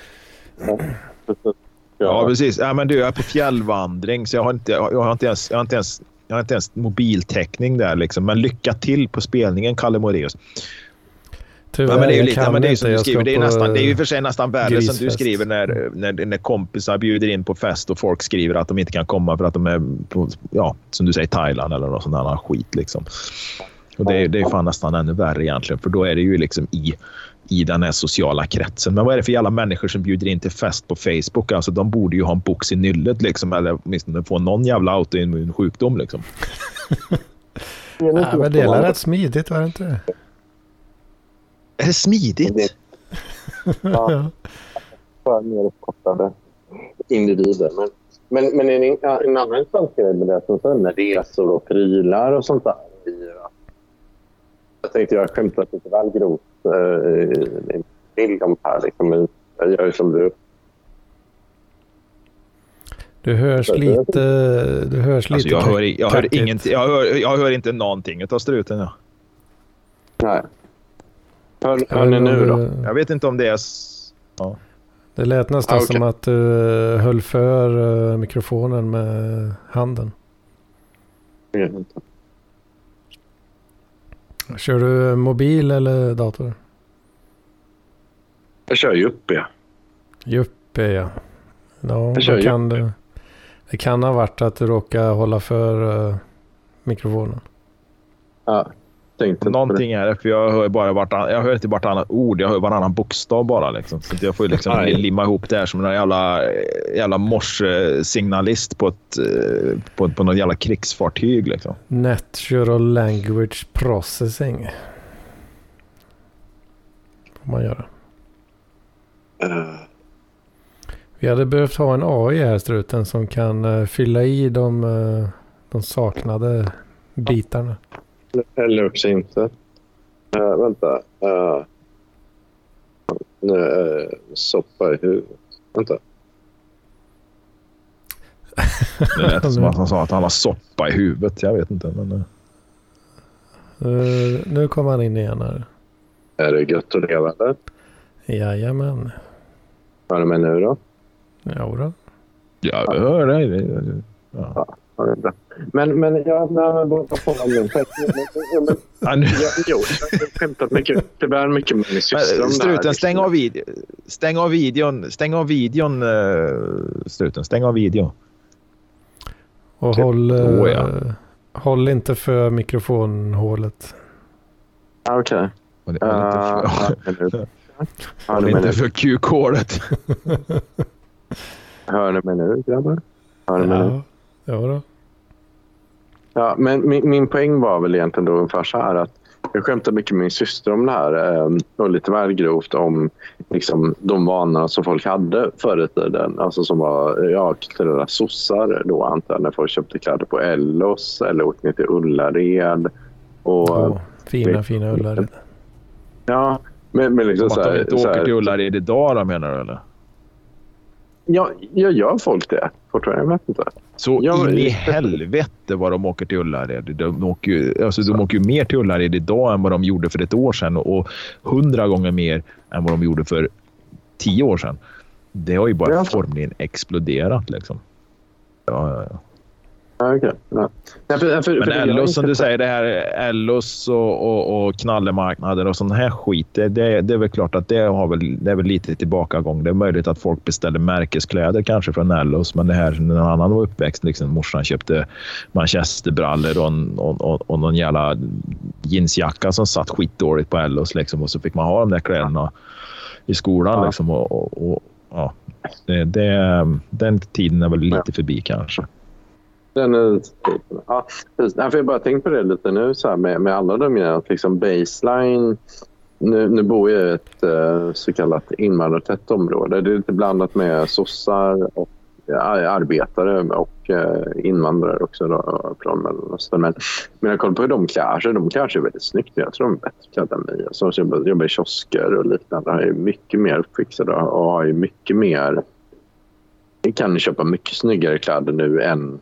Ja, precis. Ja, men du, jag är på fjällvandring så jag har inte, jag har inte ens, jag har inte ens, jag har inte ens mobiltäckning där liksom. Men lycka till på spelningen, Kalle Moreus. Tyvärr, ja, men det är ju lite, ja, men det är ju som du skriver, det är nästan, det är ju för sig nästan värre grisfest. Som du skriver när, när, när kompisar bjuder in på fest och folk skriver att de inte kan komma för att de är på, ja, som du säger, Thailand eller något sånt där skit liksom. Och det är, det är fan nästan ännu värre egentligen, för då är det ju liksom i, i den här sociala kretsen. Men vad är det för alla människor som bjuder in till fest på Facebook? Alltså de borde ju ha en box i nyllet liksom, eller åtminstone få någon jävla autoimmun sjukdom liksom. Ja, men det är rätt smidigt, var det inte det? Är det smidigt? Ja. För mer uppkopplade individer. Men, men, men en, en annan intressant grej med det som säger med resor och prylar och sånt där. Jag tänkte jag har skämtat lite väl grovt i min bild om här. Liksom. Jag gör ju som du. Du hörs lite... Du hörs alltså, lite jag, hör, jag, hör ingenting, jag, hör, jag hör inte någonting av struten. Ja. Nej. Hör, hör ni nu då? Jag vet inte om det är... Ja. Det lät nästan ah, okay. som att du höll för mikrofonen med handen. Jag vet inte. Kör du mobil eller dator? Jag kör Juppe. Juppe, ja. Ja, jag kör kan det, det kan ha varit att du råkar hålla för uh, mikrofonen. Ja, tänkte någonting är det, för jag hör bara vartann, jag hör inte vartannat ord, jag hör varannan bokstav bara liksom. Så jag får liksom limma ihop det här som en jävla, jävla morse-signalist på ett på, på något jävla krigsfartyg liksom. Natural language processing. Får man göra. Uh. Vi hade behövt ha en A I här, struten, som kan uh, fylla i de, uh, de saknade bitarna. Eller också inte. Uh, vänta. Uh, uh, soppa i huvudet. Vänta. Det lät som att han sa att han har soppa i huvudet. Jag vet inte. Men... Uh, nu kommer han in igen här. Är det gött att leva där? Jajamän. Hör du mig nu då? Ja då. Ja, jag hör dig. Ja. Ja. Men, men jag har bara på honom. Jag har skämtat mycket. Det var mycket med min syster. Struten, stäng av videon. Stäng av videon. Stäng av videon, struten. Stäng av videon. Och håll, oh, ja. håll inte för mikrofonhålet. Okej. Okay. Håll inte för Q-kodet. Hör ni mig nu, grabbar? Hör ni mig ja. nu? Ja då. Ja, men min, min poäng var väl egentligen då ungefär så här att jag skämtade mycket med min syster om det här eh, och lite väl grovt om liksom, de vanorna som folk hade förr i tiden. Alltså som var, ja, kulturella sossar då antar jag, när folk köpte kläder på Ellos eller åkte ner till Ullared Och, oh, fina, vet, fina Ullared. Ja, men, men liksom så här... Att de inte åker här, till Ullared idag då, menar du, eller? Ja, jag gör folk det. Fortfarande, jag vet inte. Så jag, in i helvete vad de åker till Ullared. De åker ju, alltså, de åker ju mer till Ullared idag än vad de gjorde för ett år sedan. Och hundra gånger mer än vad de gjorde för tio år sedan. Det har ju bara ja. formligen exploderat liksom. Ja, ja, ja. Ja, okay. Ja. Ja, för, för, men för Ellos, som du säger, det här Ellos och, och, och knallemarknader och sån här skit, det, det, det är väl klart att det, har väl, det är väl lite tillbakagång. Det är möjligt att folk beställer märkeskläder kanske från Ellos, men det här, när någon annan var uppväxt, liksom morsan köpte manchesterbrallor och, och, och, och någon jävla jeansjacka som satt skitdåligt på Ellos liksom, och så fick man ha de där kläderna i skolan ja. liksom, och, och, och ja, det, det, den tiden är väl lite ja. förbi kanske. Den är, ja, jag har bara tänkt på det lite nu så här med, med alla de grejerna, att liksom baseline, nu, nu bor jag i ett uh, så kallat invandrartätt område. Det är lite blandat med sossar och ja, arbetare och uh, invandrare också då, från Mellanöstern. Men, men jag kollar på hur de klär sig, de klär sig väldigt snyggt. Jag tror de är bättre klädda än mig. Så jag jobbar i kiosker och liknande. De är mycket mer uppfixade och har ju mycket mer, vi kan köpa mycket snyggare kläder nu än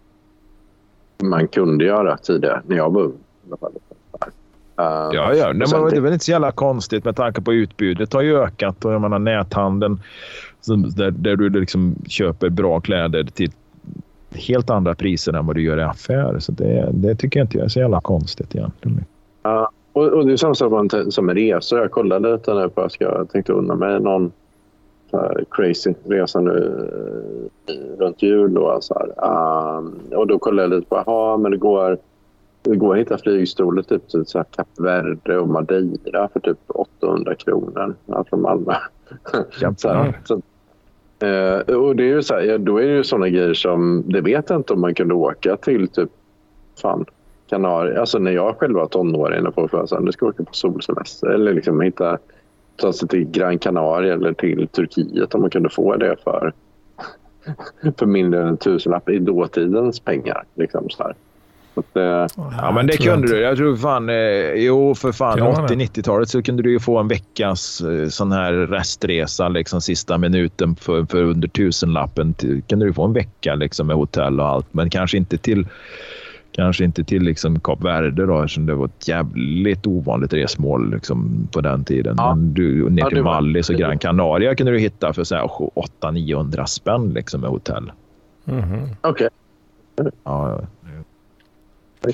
man kunde göra tidigare när jag var ung. Uh, ja, ja. Nej, men det är väl inte så jävla konstigt med tanke på utbudet har ju ökat och jag menar näthandeln där, där du liksom köper bra kläder till helt andra priser än vad du gör i affärer. Så det, det tycker jag inte är så jävla konstigt egentligen. Uh, och, och det är samma sak som en resa. Jag kollade lite nu på att jag tänkte unna mig någon crazy resa nu runt jul då, så här. Um, och då kollade jag lite på, ja men det går det går att hitta flygstolar typ till så här Kap Verde och Madeira för typ åttahundra kronor ja, från Malmö. så här, så, uh, och det är ju så här, ja, då är det ju såna grejer som, det vet jag inte om man kunde åka till typ fan Kanarien, alltså när jag själv var tonåring och folk var så här, du ska åka på solsemester eller liksom hitta ta sig till Gran Canaria eller till Turkiet om man kunde få det för, för mindre än en tusenlapp i dåtidens pengar. Liksom så här. Så att, eh, ja, men det kunde du. Jag tror fan, eh, jo för fan, åttio-nittiotalet så kunde du ju få en veckas eh, sån här restresa liksom sista minuten för, för under tusenlappen. Till, kunde du få en vecka liksom med hotell och allt, men kanske inte till Kanske inte till liksom Kap Verde då, eftersom det var ett jävligt ovanligt resmål liksom på den tiden. Ja. Men du, ner till ja, Mallis och Gran Canaria kunde du hitta för så här åtta till niohundra spänn liksom med hotell. Mm-hmm. Okej. Okay. Ja, ja.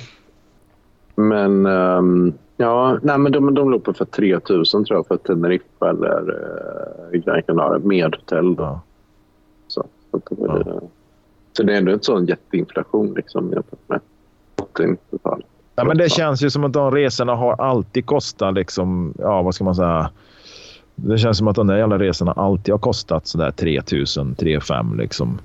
Men um, ja, nej men de, de låg på för tre tusen tror jag för Teneriffa eller uh, Gran Canaria med hotell då. Ja. Så, så, det, ja. så det är ändå inte sån jätteinflation liksom jämfört med ja, men det känns ju som att de resorna har alltid kostat liksom, ja vad ska man säga, det känns som att de där jävla resorna alltid har kostat sådär tre tusen, tre fem liksom.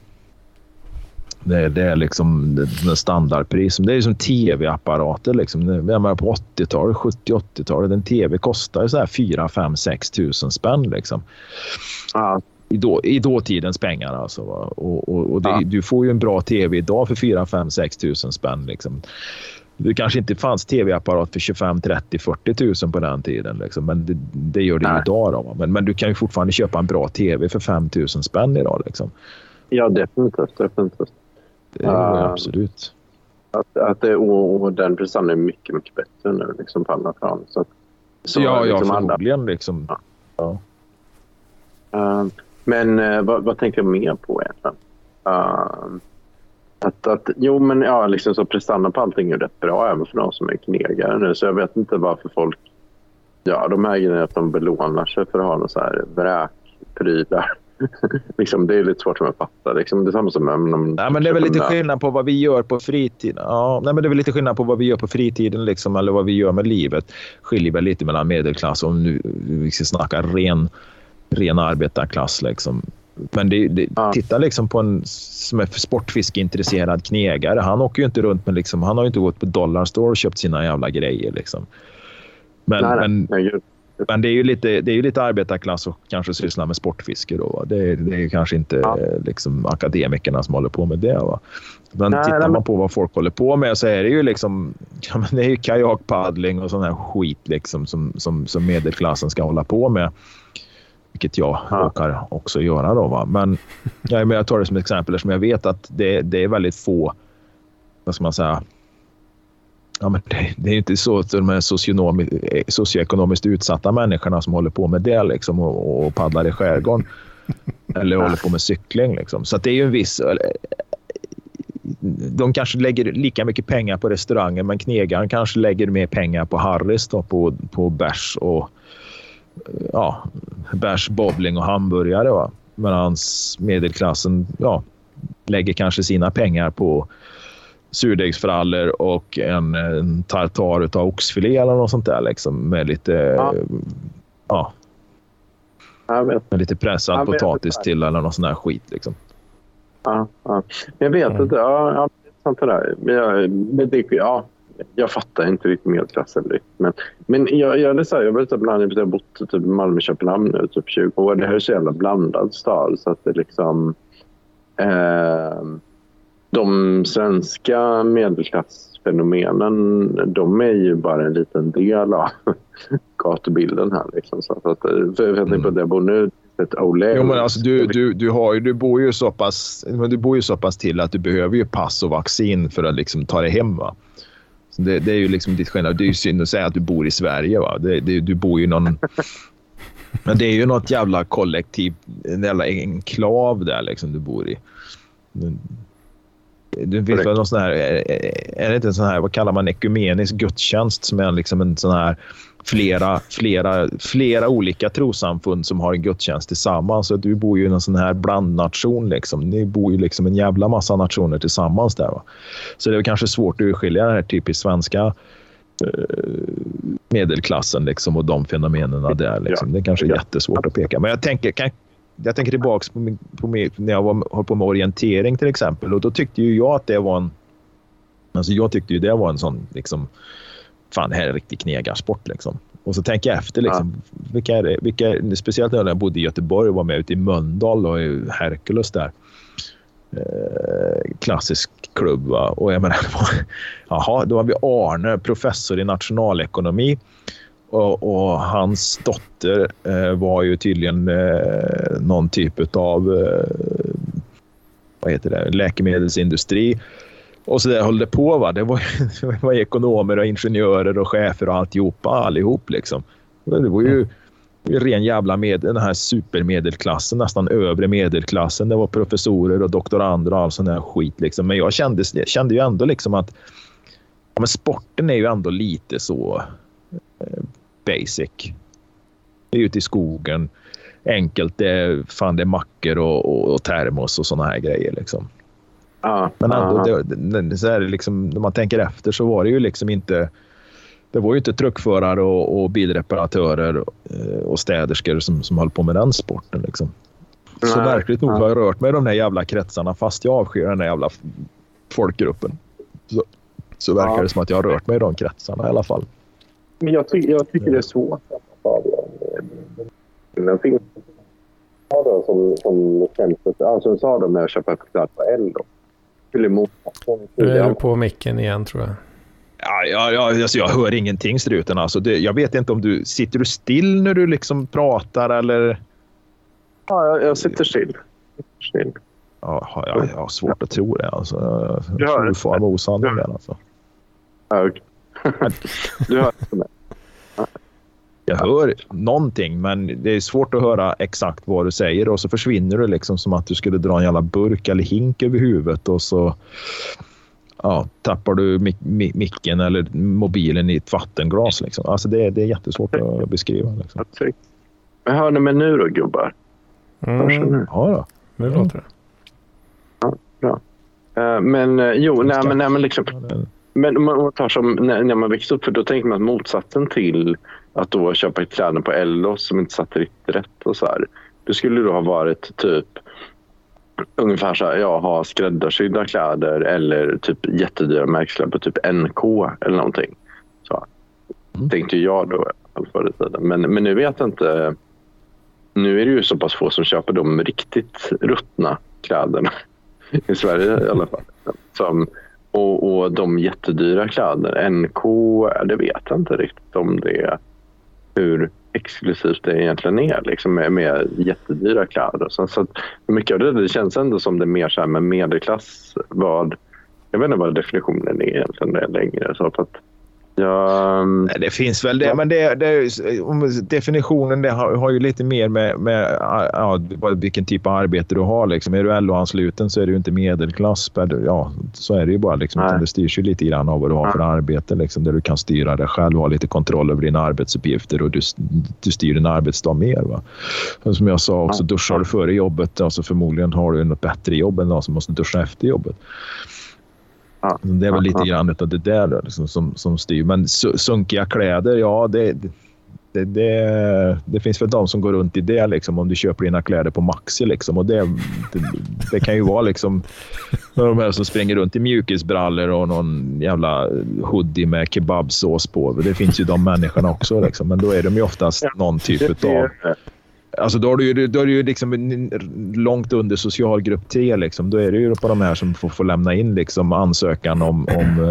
Det, det är liksom det standardpris. Det är ju som tv-apparater liksom. Jag menar på åttiotalet, sjuttio-åttiotalet, en tv kostar ju sådär fyra, fem, sex tusen spänn liksom. Ja. I, då, I dåtidens pengar alltså. Och, och, och det, ja. Du får ju en bra tv idag för fyra, fem, sex tusen spänn liksom. Det kanske inte fanns tv-apparat för tjugofem, trettio, fyrtio tusen på den tiden liksom. Men det, det gör det ju idag då. Men, men du kan ju fortfarande köpa en bra tv för fem tusen spänn idag liksom. Ja, definitivt. definitivt. Det är uh, absolut. Att, att det, och, och den prestandan är mycket, mycket bättre nu liksom på alla plan. Så, så ja, liksom ja, förmodligen liksom. Ja. Ja. Uh, Men uh, vad, vad tänker jag mer på egentligen? Uh, att, att, jo, men ja, liksom så prestanda på allting är rätt bra även för de som är knegare nu. Så jag vet inte varför folk, ja, de här grejerna att de belånar sig för att ha någon så här vräkprylar. liksom, det är lite svårt att fatta. Liksom, det är samma som om de nej, men det är väl lite skillnad på vad vi gör på fritiden. Ja, nej, men det är väl lite skillnad på vad vi gör på fritiden liksom, eller vad vi gör med livet. Skiljer väl lite mellan medelklass och nu vi ska snacka ren ren arbetarklass liksom. Men det, det, ja. Titta liksom på en som är sportfiskeintresserad knegare. Han åker ju inte runt med liksom, han har ju inte gått på Dollarstore och köpt sina jävla grejer liksom. Men, nej, men nej, Men det är ju lite, det är ju lite arbetarklass och kanske syssla med sportfiske då. Va? Det, det är ju kanske inte ja. liksom akademikerna som håller på med det. Va? Men nej, tittar nej, man på vad folk håller på med så är det ju liksom, ja, men det är ju kajakpaddling och sån här skit liksom som, som, som medelklassen ska hålla på med. Vilket jag ja. råkar också göra då. Va? Men, ja, men jag tar det som ett exempel eftersom jag vet att det, det är väldigt få, vad ska man säga, ja, men det, det är inte så att de är socioekonomiskt utsatta människorna som håller på med det liksom, och, och paddlar i skärgården eller håller på med cykling. Liksom. Så att det är ju en viss... De kanske lägger lika mycket pengar på restaurangen men knegaren kanske lägger mer pengar på Harris då, på, på bärs och ja, bärs, bowling och hamburgare. Va? Medan medelklassen ja, lägger kanske sina pengar på surdegsfrallor och en, en tartar utav oxfilé eller något sånt där liksom med lite ja, ja med lite pressad potatis till eller något sån där skit liksom. Ja, ja. Jag vet mm. inte, ja, ja sant det där. Men jag, men det, ja, jag fattar inte riktigt medelklassen men men jag jag det så här, jag vet ibland jag har bott typ i Malmö, Köpenhamn nu typ tjugo år. Det här är så jävla blandad stad så att det liksom eh, de svenska medelklassfenomenen, de är ju bara en liten del av gatubilden här liksom. Så att, för jag vet inte på det jag bor nu ett Ole. Jo, men alltså du, du, du, har ju, du bor ju så pass du bor ju så pass till att du behöver ju pass och vaccin för att liksom ta dig hem, va? Så det, det är ju liksom ditt skillnad. Det är ju synd att säga att du bor i Sverige, va? Det, det, du bor ju någon men det är ju något jävla kollektiv, en jävla enklav där liksom du bor i. Du vet väl någon sån här, är det inte en sån här, vad kallar man, ekumenisk gudstjänst som är liksom en sån här flera, flera, flera olika trossamfund som har en gudstjänst tillsammans. Så du bor ju i en sån här blandnation liksom. Ni bor ju liksom en jävla massa nationer tillsammans där, va? Så det är kanske svårt att urskilja den här typiskt svenska eh, medelklassen liksom och de fenomenerna där liksom. Det är kanske jättesvårt att peka. Men jag tänker, kan Jag tänker tillbaka på, min, på min, när jag var, höll på med orientering till exempel. Och då tyckte ju jag att det var en... Alltså jag tyckte ju det var en sån liksom... Fan, här är en riktig knegarsport liksom. Och så tänker jag efter liksom... Ja. Vilka är det? Vilka, speciellt när jag bodde i Göteborg och var med ute i Mölndal och i Herkules där. Eh, klassisk klubb, va? Och jag menar... Jaha, då var vi Arne, professor i nationalekonomi. Och, och hans dotter eh, var ju tydligen eh, någon typ av eh, vad heter det, läkemedelsindustri. Och så där höll det på, va? Det var, det var ekonomer och ingenjörer och chefer och alltihopa, allihop liksom. Det var ju ren jävla med den här supermedelklassen, nästan övre medelklassen. Det var professorer och doktorander och all sån här skit liksom. Men jag kände, jag kände ju ändå liksom att ja, men sporten är ju ändå lite så eh, basic. Det är ute i skogen. Enkelt, det är, fan, det är mackor och, och, och termos och såna här grejer liksom. Ah, men ändå, ah. det, det, så är det liksom, när man tänker efter så var det ju liksom inte det var ju inte truckförare och, och bilreparatörer och städerskor som, som höll på med den sporten liksom. Nej, så verkligt nog har jag rört mig i de här jävla kretsarna fast jag avskyr den här jävla folkgruppen. Så, så verkar ja. det som att jag har rört mig i de kretsarna i alla fall. Men jag, ty- jag tycker det är svårt att det finns som, som kämpet, alltså sa de när jag köper kläder på L då. Nu är du på micken igen tror jag. Ja, ja, ja alltså jag hör ingenting struten alltså. Det, jag vet inte om du sitter du still när du liksom pratar eller. Ja, jag, jag sitter still. still. Ja, jag, jag har svårt att tro det alltså. Jag tror du får med osanning där alltså. Ja, okej. Du hör inte mig. Jag hör någonting, men det är svårt att höra exakt vad du säger och så försvinner du liksom som att du skulle dra en jävla burk eller hink över huvudet och så ja, tappar du mic- mic- micken eller mobilen i ett vattenglas liksom. Alltså det, det är jättesvårt att beskriva liksom. Men hör ni mig nu då, gubbar? Mm. Ja då. Nu låter det. Ja, bra. Uh, men uh, jo, nej men, nej, men liksom men man tar som när, när man växte upp, för då tänker man att motsatsen till att då köpa kläder på Ellos som inte satt riktigt rätt och så här. Det skulle då ha varit typ ungefär så här, ja, ha skräddarsydda kläder eller typ jättedyra märkeskläder på typ N K eller någonting. Så mm. tänkte jag då. förr i tiden. Men, men nu vet jag inte. Nu är det ju så pass få som köper de riktigt ruttna kläderna i Sverige i alla fall. Som, och, och de jättedyra kläder. N K, det vet jag inte riktigt om det är hur exklusivt det egentligen är liksom med, med jättedyra kläder. Så, så att mycket av det, det känns ändå som det är mer så här med medelklass. Vad, jag vet inte vad definitionen är egentligen det är längre. Så att ja, Nej, det finns väl det, ja. Men det, det, definitionen det har, har ju lite mer med, med ja, vilken typ av arbete du har. Liksom. Är du L O-ansluten så är du inte medelklass. Ja, så är det ju bara. Liksom. Det styrs ju lite grann av vad du har för arbete. Liksom, där du kan styra dig själv och ha lite kontroll över dina arbetsuppgifter och du, du styr din arbetsdag mer. Va? Som jag sa också, duschar du före jobbet, alltså förmodligen har du något bättre jobb än någon som måste duscha efter jobbet. Ja, det är väl lite grann av det där då, liksom, som, som styr. Men sunkiga kläder, ja, det, det, det, det finns väl de som går runt i det liksom, om du köper dina kläder på Maxi. Liksom, och det, det, det kan ju vara liksom, de här som springer runt i mjukisbrallor och någon jävla hoodie med kebabsås på. Det finns ju de människorna också. Liksom, men då är de ju oftast någon typ av... Alltså då är det ju, då är det ju liksom långt under socialgrupp tre liksom. Då är det ju på de här som får, får lämna in liksom ansökan om, om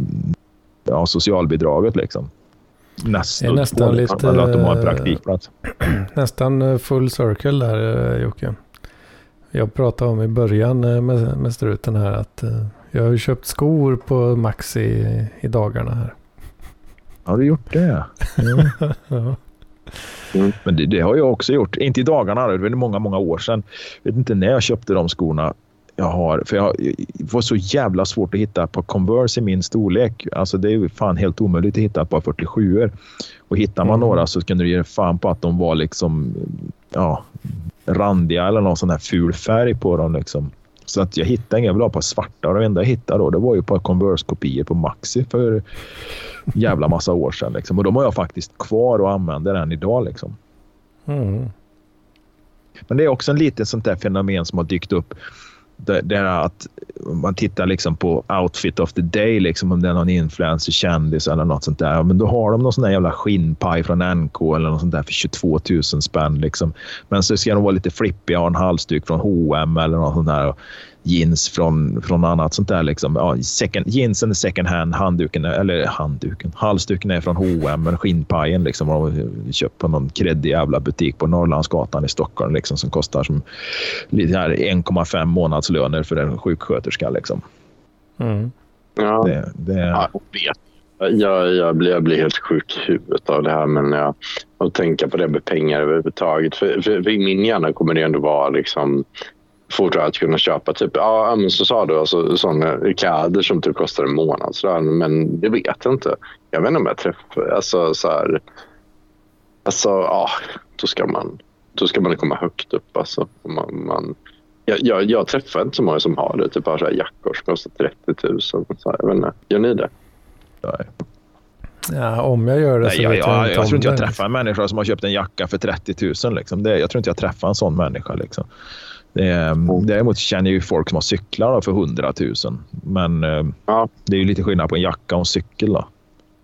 ja, socialbidraget liksom. Nästan, nästan på, lite eller att de har en praktikplats. Nästan full circle där, Jocke. Jag pratade om i början med, med struten här att jag har köpt skor på Maxi i, i dagarna här. Har du gjort det? Mm. Ja. Mm. Men det, det har jag också gjort. Inte i dagarna, det var många, många år sedan. Jag vet inte när jag köpte de skorna jag har. För jag, det var så jävla svårt att hitta på Converse i min storlek. Alltså det är ju fan helt omöjligt att hitta på fyrtiosju. Och hittar man mm. några så kunde du ge fan på att de var liksom ja, randiga eller någon sån här ful färg på dem liksom. Så att jag hittade inga bra på svarta och det enda jag hittade då det var ju på Converse-kopior på Maxi för jävla massa år sedan liksom. Och de har jag faktiskt kvar och använder än idag liksom. Mm. Men det är också en liten sånt där fenomen som har dykt upp. Det, det är att man tittar liksom på outfit of the day liksom, om det är någon influencer, kändis eller något sånt där. Men då har de någon sån där jävla skinnpaj från N K eller något sånt där för tjugotvå tusen spänn liksom. Men så ska de vara lite flippiga och ha en halsduk från H och M eller något sånt där. Och jeans från, från annat sånt där liksom. Ja, second, jeansen är second hand, handduken eller handduken, halsduken är från H och M men skinnpajen liksom har de köpt på någon kreddig jävla butik på Norrlandsgatan i Stockholm liksom som kostar som lite här en komma fem månadslöner för en sjuksköterska liksom. Mm. Ja. Det, det... Ja, jag, jag, blir, jag blir helt sjuk i huvudet av det här men jag att tänka på det med pengar överhuvudtaget för, för, för i min hjärna kommer det ändå vara liksom fortare att kunna köpa typ, ja men så sa du alltså sådana kläder som typ kostar en månad sådär, men det vet jag inte. Jag vet inte om jag träffar, alltså så här, alltså ja, då ska man, då ska man komma högt upp alltså. Man, man, jag, jag, jag träffar inte så många som har det, typ bara så här jackor som kostar trettio tusen, så här, jag vet inte, gör ni det? Nej. Ja, om jag gör det så Nej, vet jag, jag, jag, inte jag tror inte jag det. träffar en människa som har köpt en jacka för trettio tusen liksom. Det, jag tror inte jag träffar en sån människa liksom. Det är, mm. Däremot känner jag ju folk som har cyklar för hundra tusen. Men ja. Det är ju lite skillnad på en jacka och en cykel då.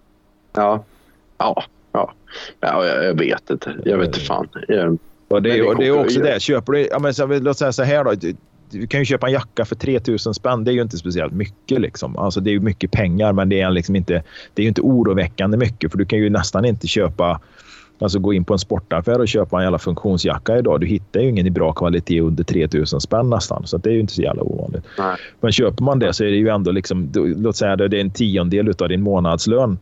Ja, ja, ja. ja jag, jag vet inte. Jag vet inte fan. Jag, och det, är, och det är också det. Köper du, ja, men så, låt säga så här då. Du, du kan ju köpa en jacka för tre tusen spänn. Det är ju inte speciellt mycket liksom. Alltså det är ju mycket pengar men det är liksom inte, det är ju inte oroväckande mycket. För du kan ju nästan inte köpa, alltså gå in på en sportaffär och köpa en jävla funktionsjacka idag. Du hittar ju ingen i bra kvalitet under tre tusen spänn nästan. Så det är ju inte så jävla ovanligt. Nej. Men köper man det så är det ju ändå liksom, låt säga det är en tiondel av din månadslön.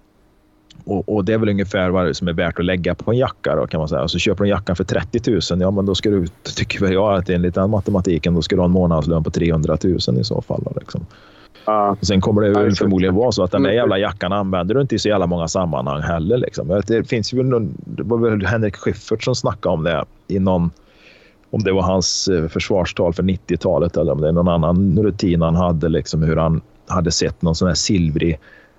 Och, och det är väl ungefär vad det som är värt att lägga på en jacka då, kan man säga. Så alltså, köper du en jacka för trettio tusen, ja men då ska du, tycker väl jag att enligt den matematiken, då ska du ha en månadslön på trehundra tusen i så fall då, liksom. Uh, Sen kommer det väl förmodligen vara så att den där jävla jackan använder du inte i så jävla många sammanhang heller liksom. Det finns ju någon, det var väl Henrik Schyffert som snackade om det i någon, om det var hans försvarstal för nittiotalet eller om det är någon annan rutin han hade liksom, hur han hade sett någon sån här silvrig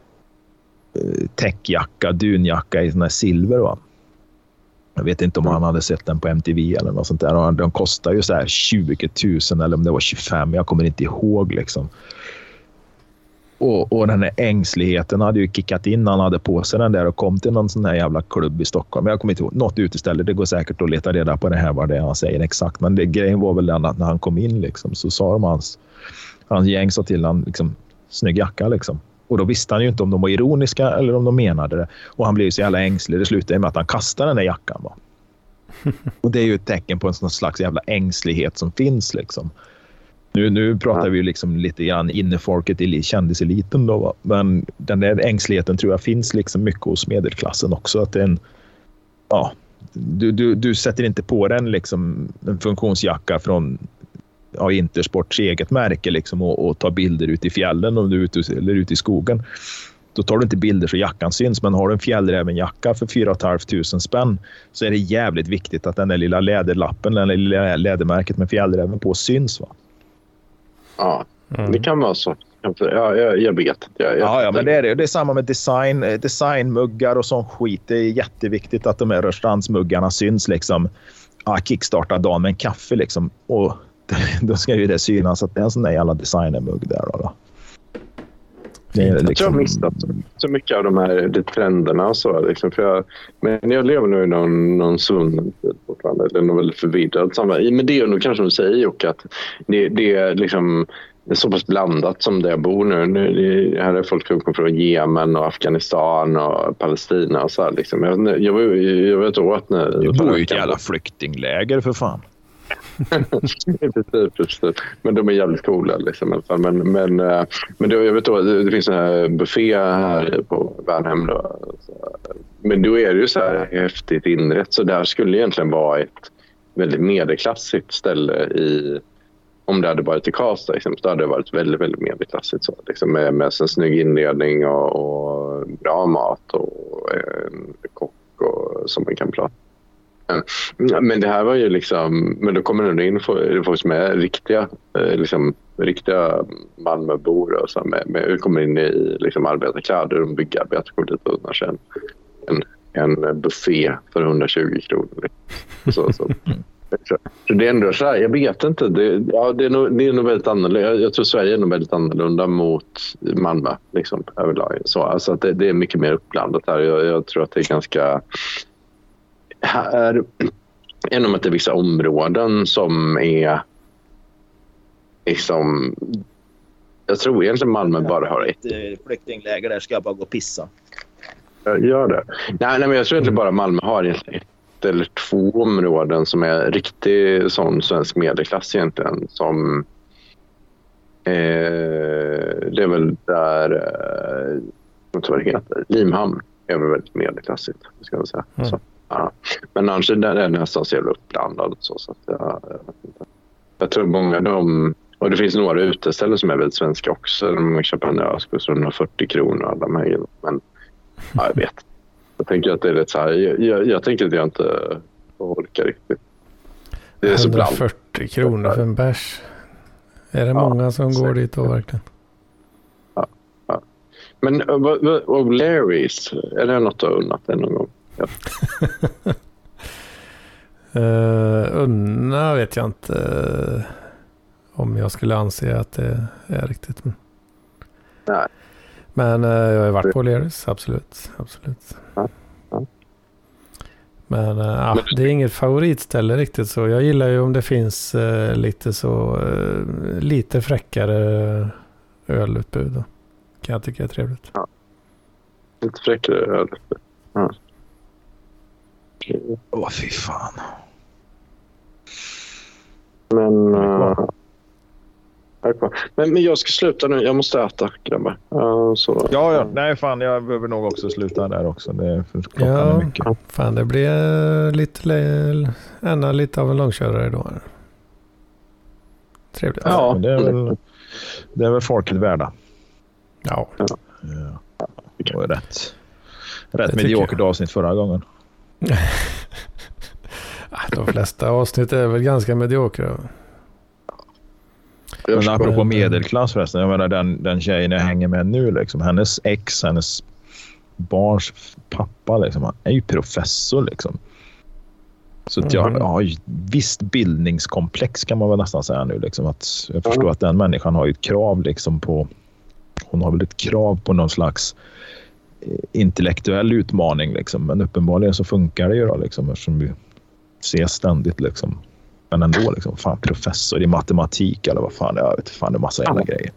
täckjacka, dunjacka i sån här silver va. Jag vet inte om han hade sett den på M T V eller något sånt där. De kostar ju så här tjugo tusen eller om det var tjugofem, jag kommer inte ihåg liksom. och, och den här ängsligheten hade ju kickat in. Han hade på sig den där och kom till någon sån här jävla klubb i Stockholm. Jag kommer inte ihåg. Något uteställe. Det går säkert att leta reda på det här vad det är han säger exakt. Men det, grejen var väl den att när han kom in liksom, så sa de hans, hans gäng sa till han liksom, snygg jacka liksom. Och då visste han ju inte om de var ironiska eller om de menade det. Och han blev så jävla ängslig. Det slutade med att han kastade den där jackan. Va? Och det är ju ett tecken på en sån slags jävla ängslighet som finns liksom. Nu, nu pratar vi ju liksom lite grann innefolket i kändiseliten då. Va? Men den där ängsligheten tror jag finns liksom mycket hos medelklassen också. Att det är en, ja, du, du, du sätter inte på den liksom en funktionsjacka från ja, Intersports eget märke liksom, och, och tar bilder ut i fjällen och ute, eller ute i skogen. Då tar du inte bilder så jackan syns. Men har du en fjällrävenjacka för fyra tusen femhundra spänn så är det jävligt viktigt att den där lilla läderlappen, eller lilla lädermärket med fjällräven på syns. Va? Ja, mm. det kan vara så. Ja, jag, jag vet. Jag, jag, ja, ja, men det är det. Det är samma med design, designmuggar och sån skit. Det är jätteviktigt att de här rörstrandsmuggarna syns liksom. Ja, kickstarta dagen med en kaffe liksom. Och då ska ju det synas att det är en sån där jävla designermugg där då. då. Det är liksom... Jag tror jag har missat så mycket av de här de trenderna och så. Liksom, för jag, men jag lever nu i någon, någon sund tid fortfarande. Eller någon väldigt förvirrad. Men det är nog kanske de säger och att det, det är liksom det är så pass blandat som det jag bor nu. nu det, här är folk som kommer från Jemen och Afghanistan och Palestina och så här, liksom. Jag, jag, jag, jag vet åt när... Du bor ju i ett jävla flyktingläger för fan. precis, precis. Men de är jävligt coola liksom, i alla fall. Men, men, men det, jag vet då, det finns en här buffé här på Värnhem då. Men då är det ju så här häftigt inrätt. Så där skulle egentligen vara ett väldigt medelklassigt ställe i, om det hade varit i Karlstad liksom, så hade det varit väldigt, väldigt medelklassigt så, liksom, med, med en snygg inredning och, och bra mat och en kock och, som man kan prata. Men det här var ju liksom, men då kommer det in folk som är riktiga liksom, riktiga Malmöbor och så med, med kommer in i liksom arbetarkläder och byggarbetare kommer dit och unnar en, en, en buffé för hundratjugo kronor. Så, så. Så det är ändå så här, jag vet inte, det, ja, det, är nog, det är nog väldigt annorlunda. Jag, jag tror Sverige är nog väldigt annorlunda mot Malmö liksom, överlag. Så, alltså att det, det är mycket mer uppblandat här. Jag, jag tror att det är ganska här, även om att det är vissa områden som är liksom, jag tror egentligen Malmö bara har ett flyktingläger där ska jag bara gå och pissa. Jag gör det. Nej, nej men jag tror inte bara Malmö har ett eller två områden som är riktigt sån svensk medelklass egentligen som eh, det är väl där eh, vad det heter, Limhamn är väl väldigt medelklassigt ska jag säga. Mm. Så. Ja. Men annars är det nästan så jävla uppblandad så, så att jag, jag vet inte. Jag tror många av dem, och det finns några uteställen som är väldigt svenska också. Man köper en öl för hundrafyrtio kronor alla de här. Men ja, jag vet. Jag tänker att det är lite så här, jag, jag, jag tänker att jag inte orkar riktigt. Det är så hundrafyrtio kronor för en bärs. Är det ja, många som går säkert dit och verkligen? Ja, ja. Men och Larry's, är det något att unnat det någon gång? Ja. uh, unna vet jag inte uh, om jag skulle anse att det är riktigt. Nej. Men uh, jag har varit på Leris, absolut. absolut. Ja. Ja. Men, uh, ja, det är inget favoritställe riktigt så. Jag gillar ju om det finns uh, lite så uh, lite fräckare ölutbud. Då. Kan jag tycka är trevligt. Ja. Lite fräckare ölutbud. Ja. Åh, oh, fy fan. Men, uh, men, men jag ska sluta nu. Jag måste äta, grabbar. Uh, så. Ja, ja. Nej, fan. Jag behöver nog också sluta där också. Det är för klockan ja, är mycket. Fan, det blir lite, ännu lite av en långkörare då. Trevligt. Ja, det är väl, det är väl folket värda. Ja. Ja. Ja. Det var rätt. Rätt mediokert avsnitt förra gången. De flesta avsnitt är väl ganska mediokra. Men apropå medelklass förresten, jag menar den, den tjejen jag hänger med nu liksom, hennes ex, hennes barns pappa liksom, han är ju professor liksom. Så att jag, jag har ju visst bildningskomplex kan man väl nästan säga nu liksom, att jag förstår att den människan har ju ett krav liksom på hon har väl ett krav på någon slags intellektuell utmaning liksom. Men uppenbarligen så funkar det ju då liksom, eftersom vi ses ständigt liksom. Men ändå liksom, fan, professor i matematik eller vad fan, jag vet fan, det är massa jävla ja. grejer.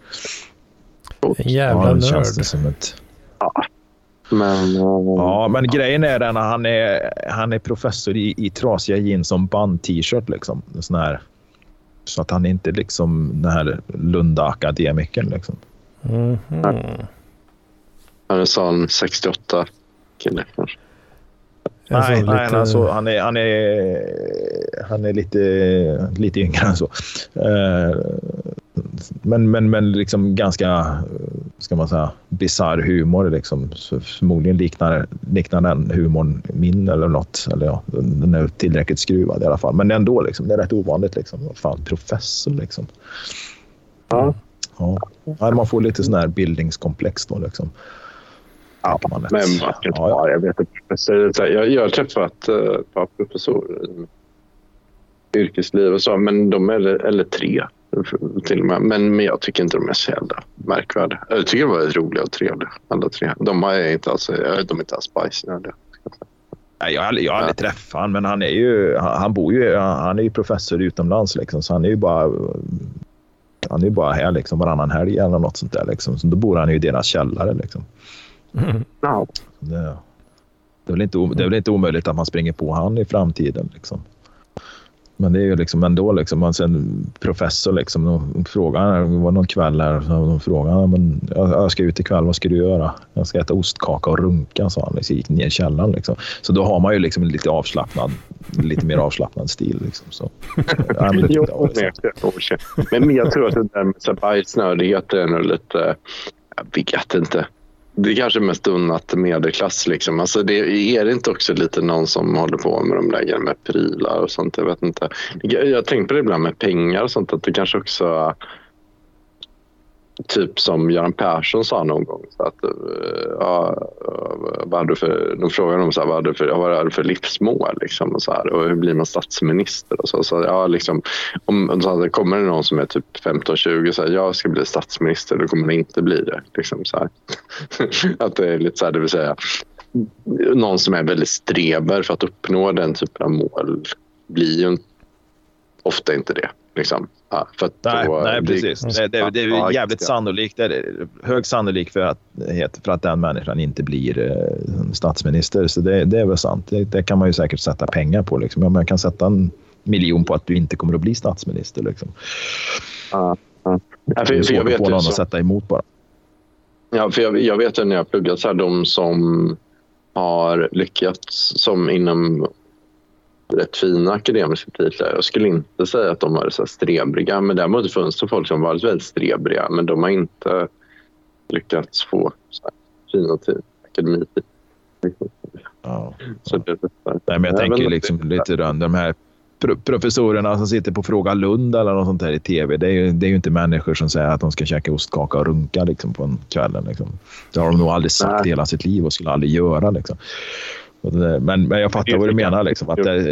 En jävla nörd. Känns det som ett... Ja. Men, ja, men grejen är den att han är, han är professor i, i trasiga jeans som band-t-shirt liksom. Sån här, så att han är inte liksom den här Lunda-akademikern liksom. Mm-hmm. Han är sån sextioåtta kille kanske. Nej, nej lite... alltså, han är han är han är lite lite yngre än så. Uh, men men men liksom ganska, ska man säga, bizarr humor liksom. Så förmodligen liknar liknar den humorn min eller något, eller ja, den är tillräckligt skruvad i alla fall. Men ändå liksom, det är rätt ovanligt liksom. Fan, professor liksom. Ja. Ja, man får lite sån här bildningskomplex då liksom. Ja, men man kan inte ja, jag vet inte. Jag, jag har träffat uh, ett par professorer i yrkesliv och så, men de är eller tre till och med. Men, men jag tycker inte de är så jävla märkvärdiga. Jag tycker de var roliga och trevliga, alla tre. De är inte alls, de är inte alls spicy. Nej, jag har aldrig, jag har aldrig ja. träffat han, men han är ju, han, han bor ju, han är ju professor utomlands liksom, så han är ju bara han är ju bara här liksom varannan helg eller något sånt där liksom. Så då bor han ju i deras källare liksom. Mm. Ja. Det, det, är väl inte, det är väl inte omöjligt att man springer på han i framtiden liksom. Men det är ju liksom ändå liksom, man sen professor liksom, de frågar, det var någon kväll här, de frågar, men jag, jag ska ut ikväll, vad ska du göra? Jag ska äta ostkaka och runka, sa han, liksom, gick ner i källaren liksom. Så då har man ju liksom en lite avslappnad, lite mer avslappnad stil liksom. Så, ja, men, jo, bra, liksom. Men jag tror att det där med bajsnördighet är nog lite, jag vet inte. Det är kanske mest unnat medelklass liksom. Alltså det är det inte också lite någon som håller på med de där med prylar och sånt, jag vet inte. Jag tänkte på det ibland med pengar och sånt, att det kanske också typ som Göran Persson sa någon gång, så att ja, vad hade du för, de frågade om så här, vad hade du för, vad hade du för livsmål liksom, och så här, och hur blir man statsminister och så, så ja liksom, om så här, kommer det någon som är typ femton tjugo så här, jag ska bli statsminister, då kommer det inte bli det liksom, så här. Att det är lite så här, det vill säga någon som är väldigt streber för att uppnå den typen av mål blir ju ofta inte det liksom. Ja, för att nej, då, nej, precis. Det, det, det är ja, jävligt ja. sannolikt. Det är hög sannolik för att, för att den människan inte blir eh, statsminister. Så det, det är väl sant. Det, det kan man ju säkert sätta pengar på. Liksom. Ja, man kan sätta en miljon på att du inte kommer att bli statsminister. Liksom. Ja, ja. Ja, för, för jag vet få någon så. Att sätta emot bara. Ja, för jag, jag vet när jag har pluggat så här, de som har lyckats som inom rätt fina akademiska titlar. Jag skulle inte säga att de var så strebriga, men däremot funnits det folk som varit väldigt strebriga, men de har inte lyckats få så här fina till akademititlar. Ja. Så det, det, nej, men jag tänker men, liksom lite rönt, de här professorerna som sitter på Fråga Lund eller något sånt där i tv, det är ju, det är ju inte människor som säger att de ska käka ostkaka och runka liksom, på en kvällen. Liksom. Det har de nog aldrig sagt i hela sitt liv och skulle aldrig göra. Liksom. Men, men jag fattar vad du menar. Liksom, att det,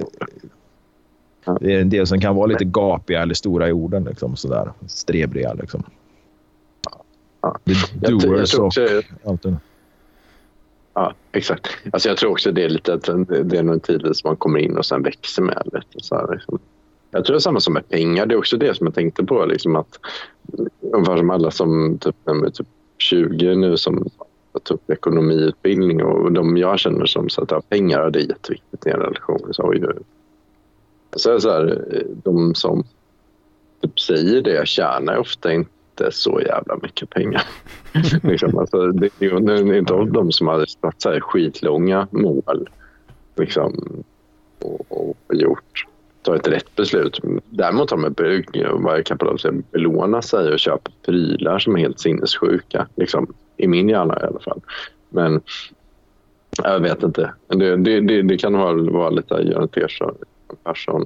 det är en del som kan vara lite gapiga eller stora i orden. Liksom, sådär, strebriga. Liksom. Ja. Doers jag, jag tror också, och allt det. Ja, exakt. Alltså jag tror också det är lite att det är någon tid som man kommer in och sen växer med lite. Så här, liksom. Jag tror det är samma som med pengar. Det är också det som jag tänkte på. Liksom, att ungefär som alla som typ, typ tjugo nu som tar upp ekonomiutbildning och de jag känner som så att ja, pengar det är jätteviktigt i en relation. Så, så, så här, de som typ säger det tjänar ofta inte så jävla mycket pengar. liksom, alltså, det, det är inte av de som har satt så här skitlånga mål liksom, och, och gjort ta ett rätt beslut. Däremot har de varit kapabla att belåna sig och köpa prylar som är helt sinnessjuka. Liksom, i min hjärna i alla fall. Men jag vet inte. Det, det, det, det kan vara, vara lite Göran Persson, Persson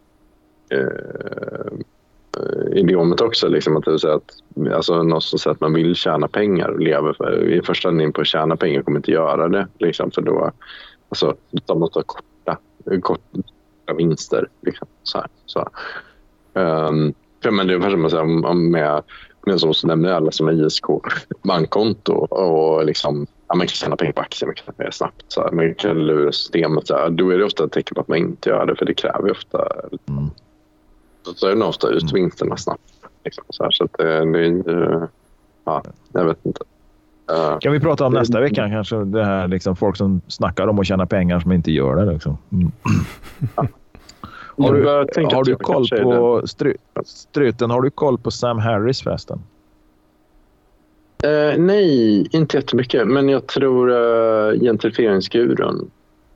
eh, idiomet också. Liksom, att det säga att alltså, någon som säger att man vill tjäna pengar och leva för, i första hand in på att tjäna pengar kommer inte göra det. Liksom, för då alltså, de måste ha korta, korta vinster. Liksom, så här, så här. Um, för men det är ungefär som att säga om, om med Men som så nämner alla som är I S K bankkonto och liksom, ja, man kan tjäna pengar på aktier mycket mer snabbt. Så här, man kan lura systemet. Så här, då är det ofta ett tecken på att man inte gör det, för det kräver ju ofta... Mm. Så är det nog ofta ut vinsterna snabbt. Liksom, så här, så att det, det är... Ja, jag vet inte. Uh, kan vi prata om det, nästa vecka kanske? Det här liksom, folk som snackar om att tjäna pengar som inte gör det. Liksom. Mm. Ja. Har du, har du koll på stry, struten? Har du koll på Sam Harris förresten? Uh, nej, inte jättemycket. Men jag tror uh, gentrifieringsgurun.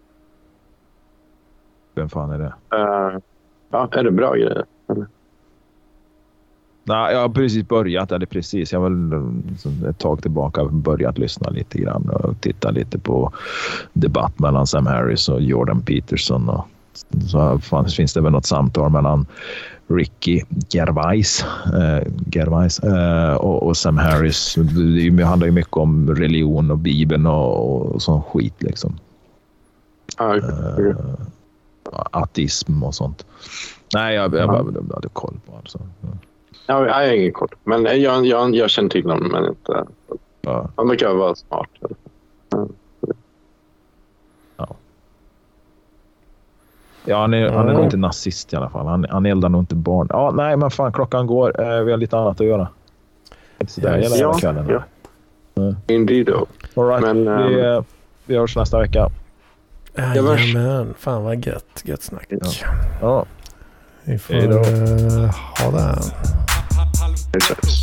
Vem fan är det? Uh, ja, är det bra grejer? Eller? Nej, jag har precis börjat. Eller precis. Jag har väl ett tag tillbaka börjat lyssna lite grann och titta lite på debatt mellan Sam Harris och Jordan Peterson. Och så fanns, finns det väl något samtal mellan Ricky Gervais, äh, Gervais äh, och, och Sam Harris. Det, det handlar ju mycket om religion och Bibeln och, och sån skit liksom. Ah, okay. Okay. Äh, ateism och sånt. Nej, jag, jag bara jag hade koll på alltså. Ja, jag har ingen koll. Men jag, jag, jag känner till honom, men inte... Ja. Han verkar vara smart. Ja. Ja. Ja, han är, han är nog inte nazist i alla fall. Han, han eldar nog inte barn. Ja, nej, men fan, klockan går. Eh, vi har lite annat att göra. Så där yes. hela kvällen. Ja. Mm. Indeed. All right. Men, vi, um... vi hörs nästa vecka. Jajamän, fan vad gött. Gött snack. Ja. Ja. Vi får uh, ha det. Hej då.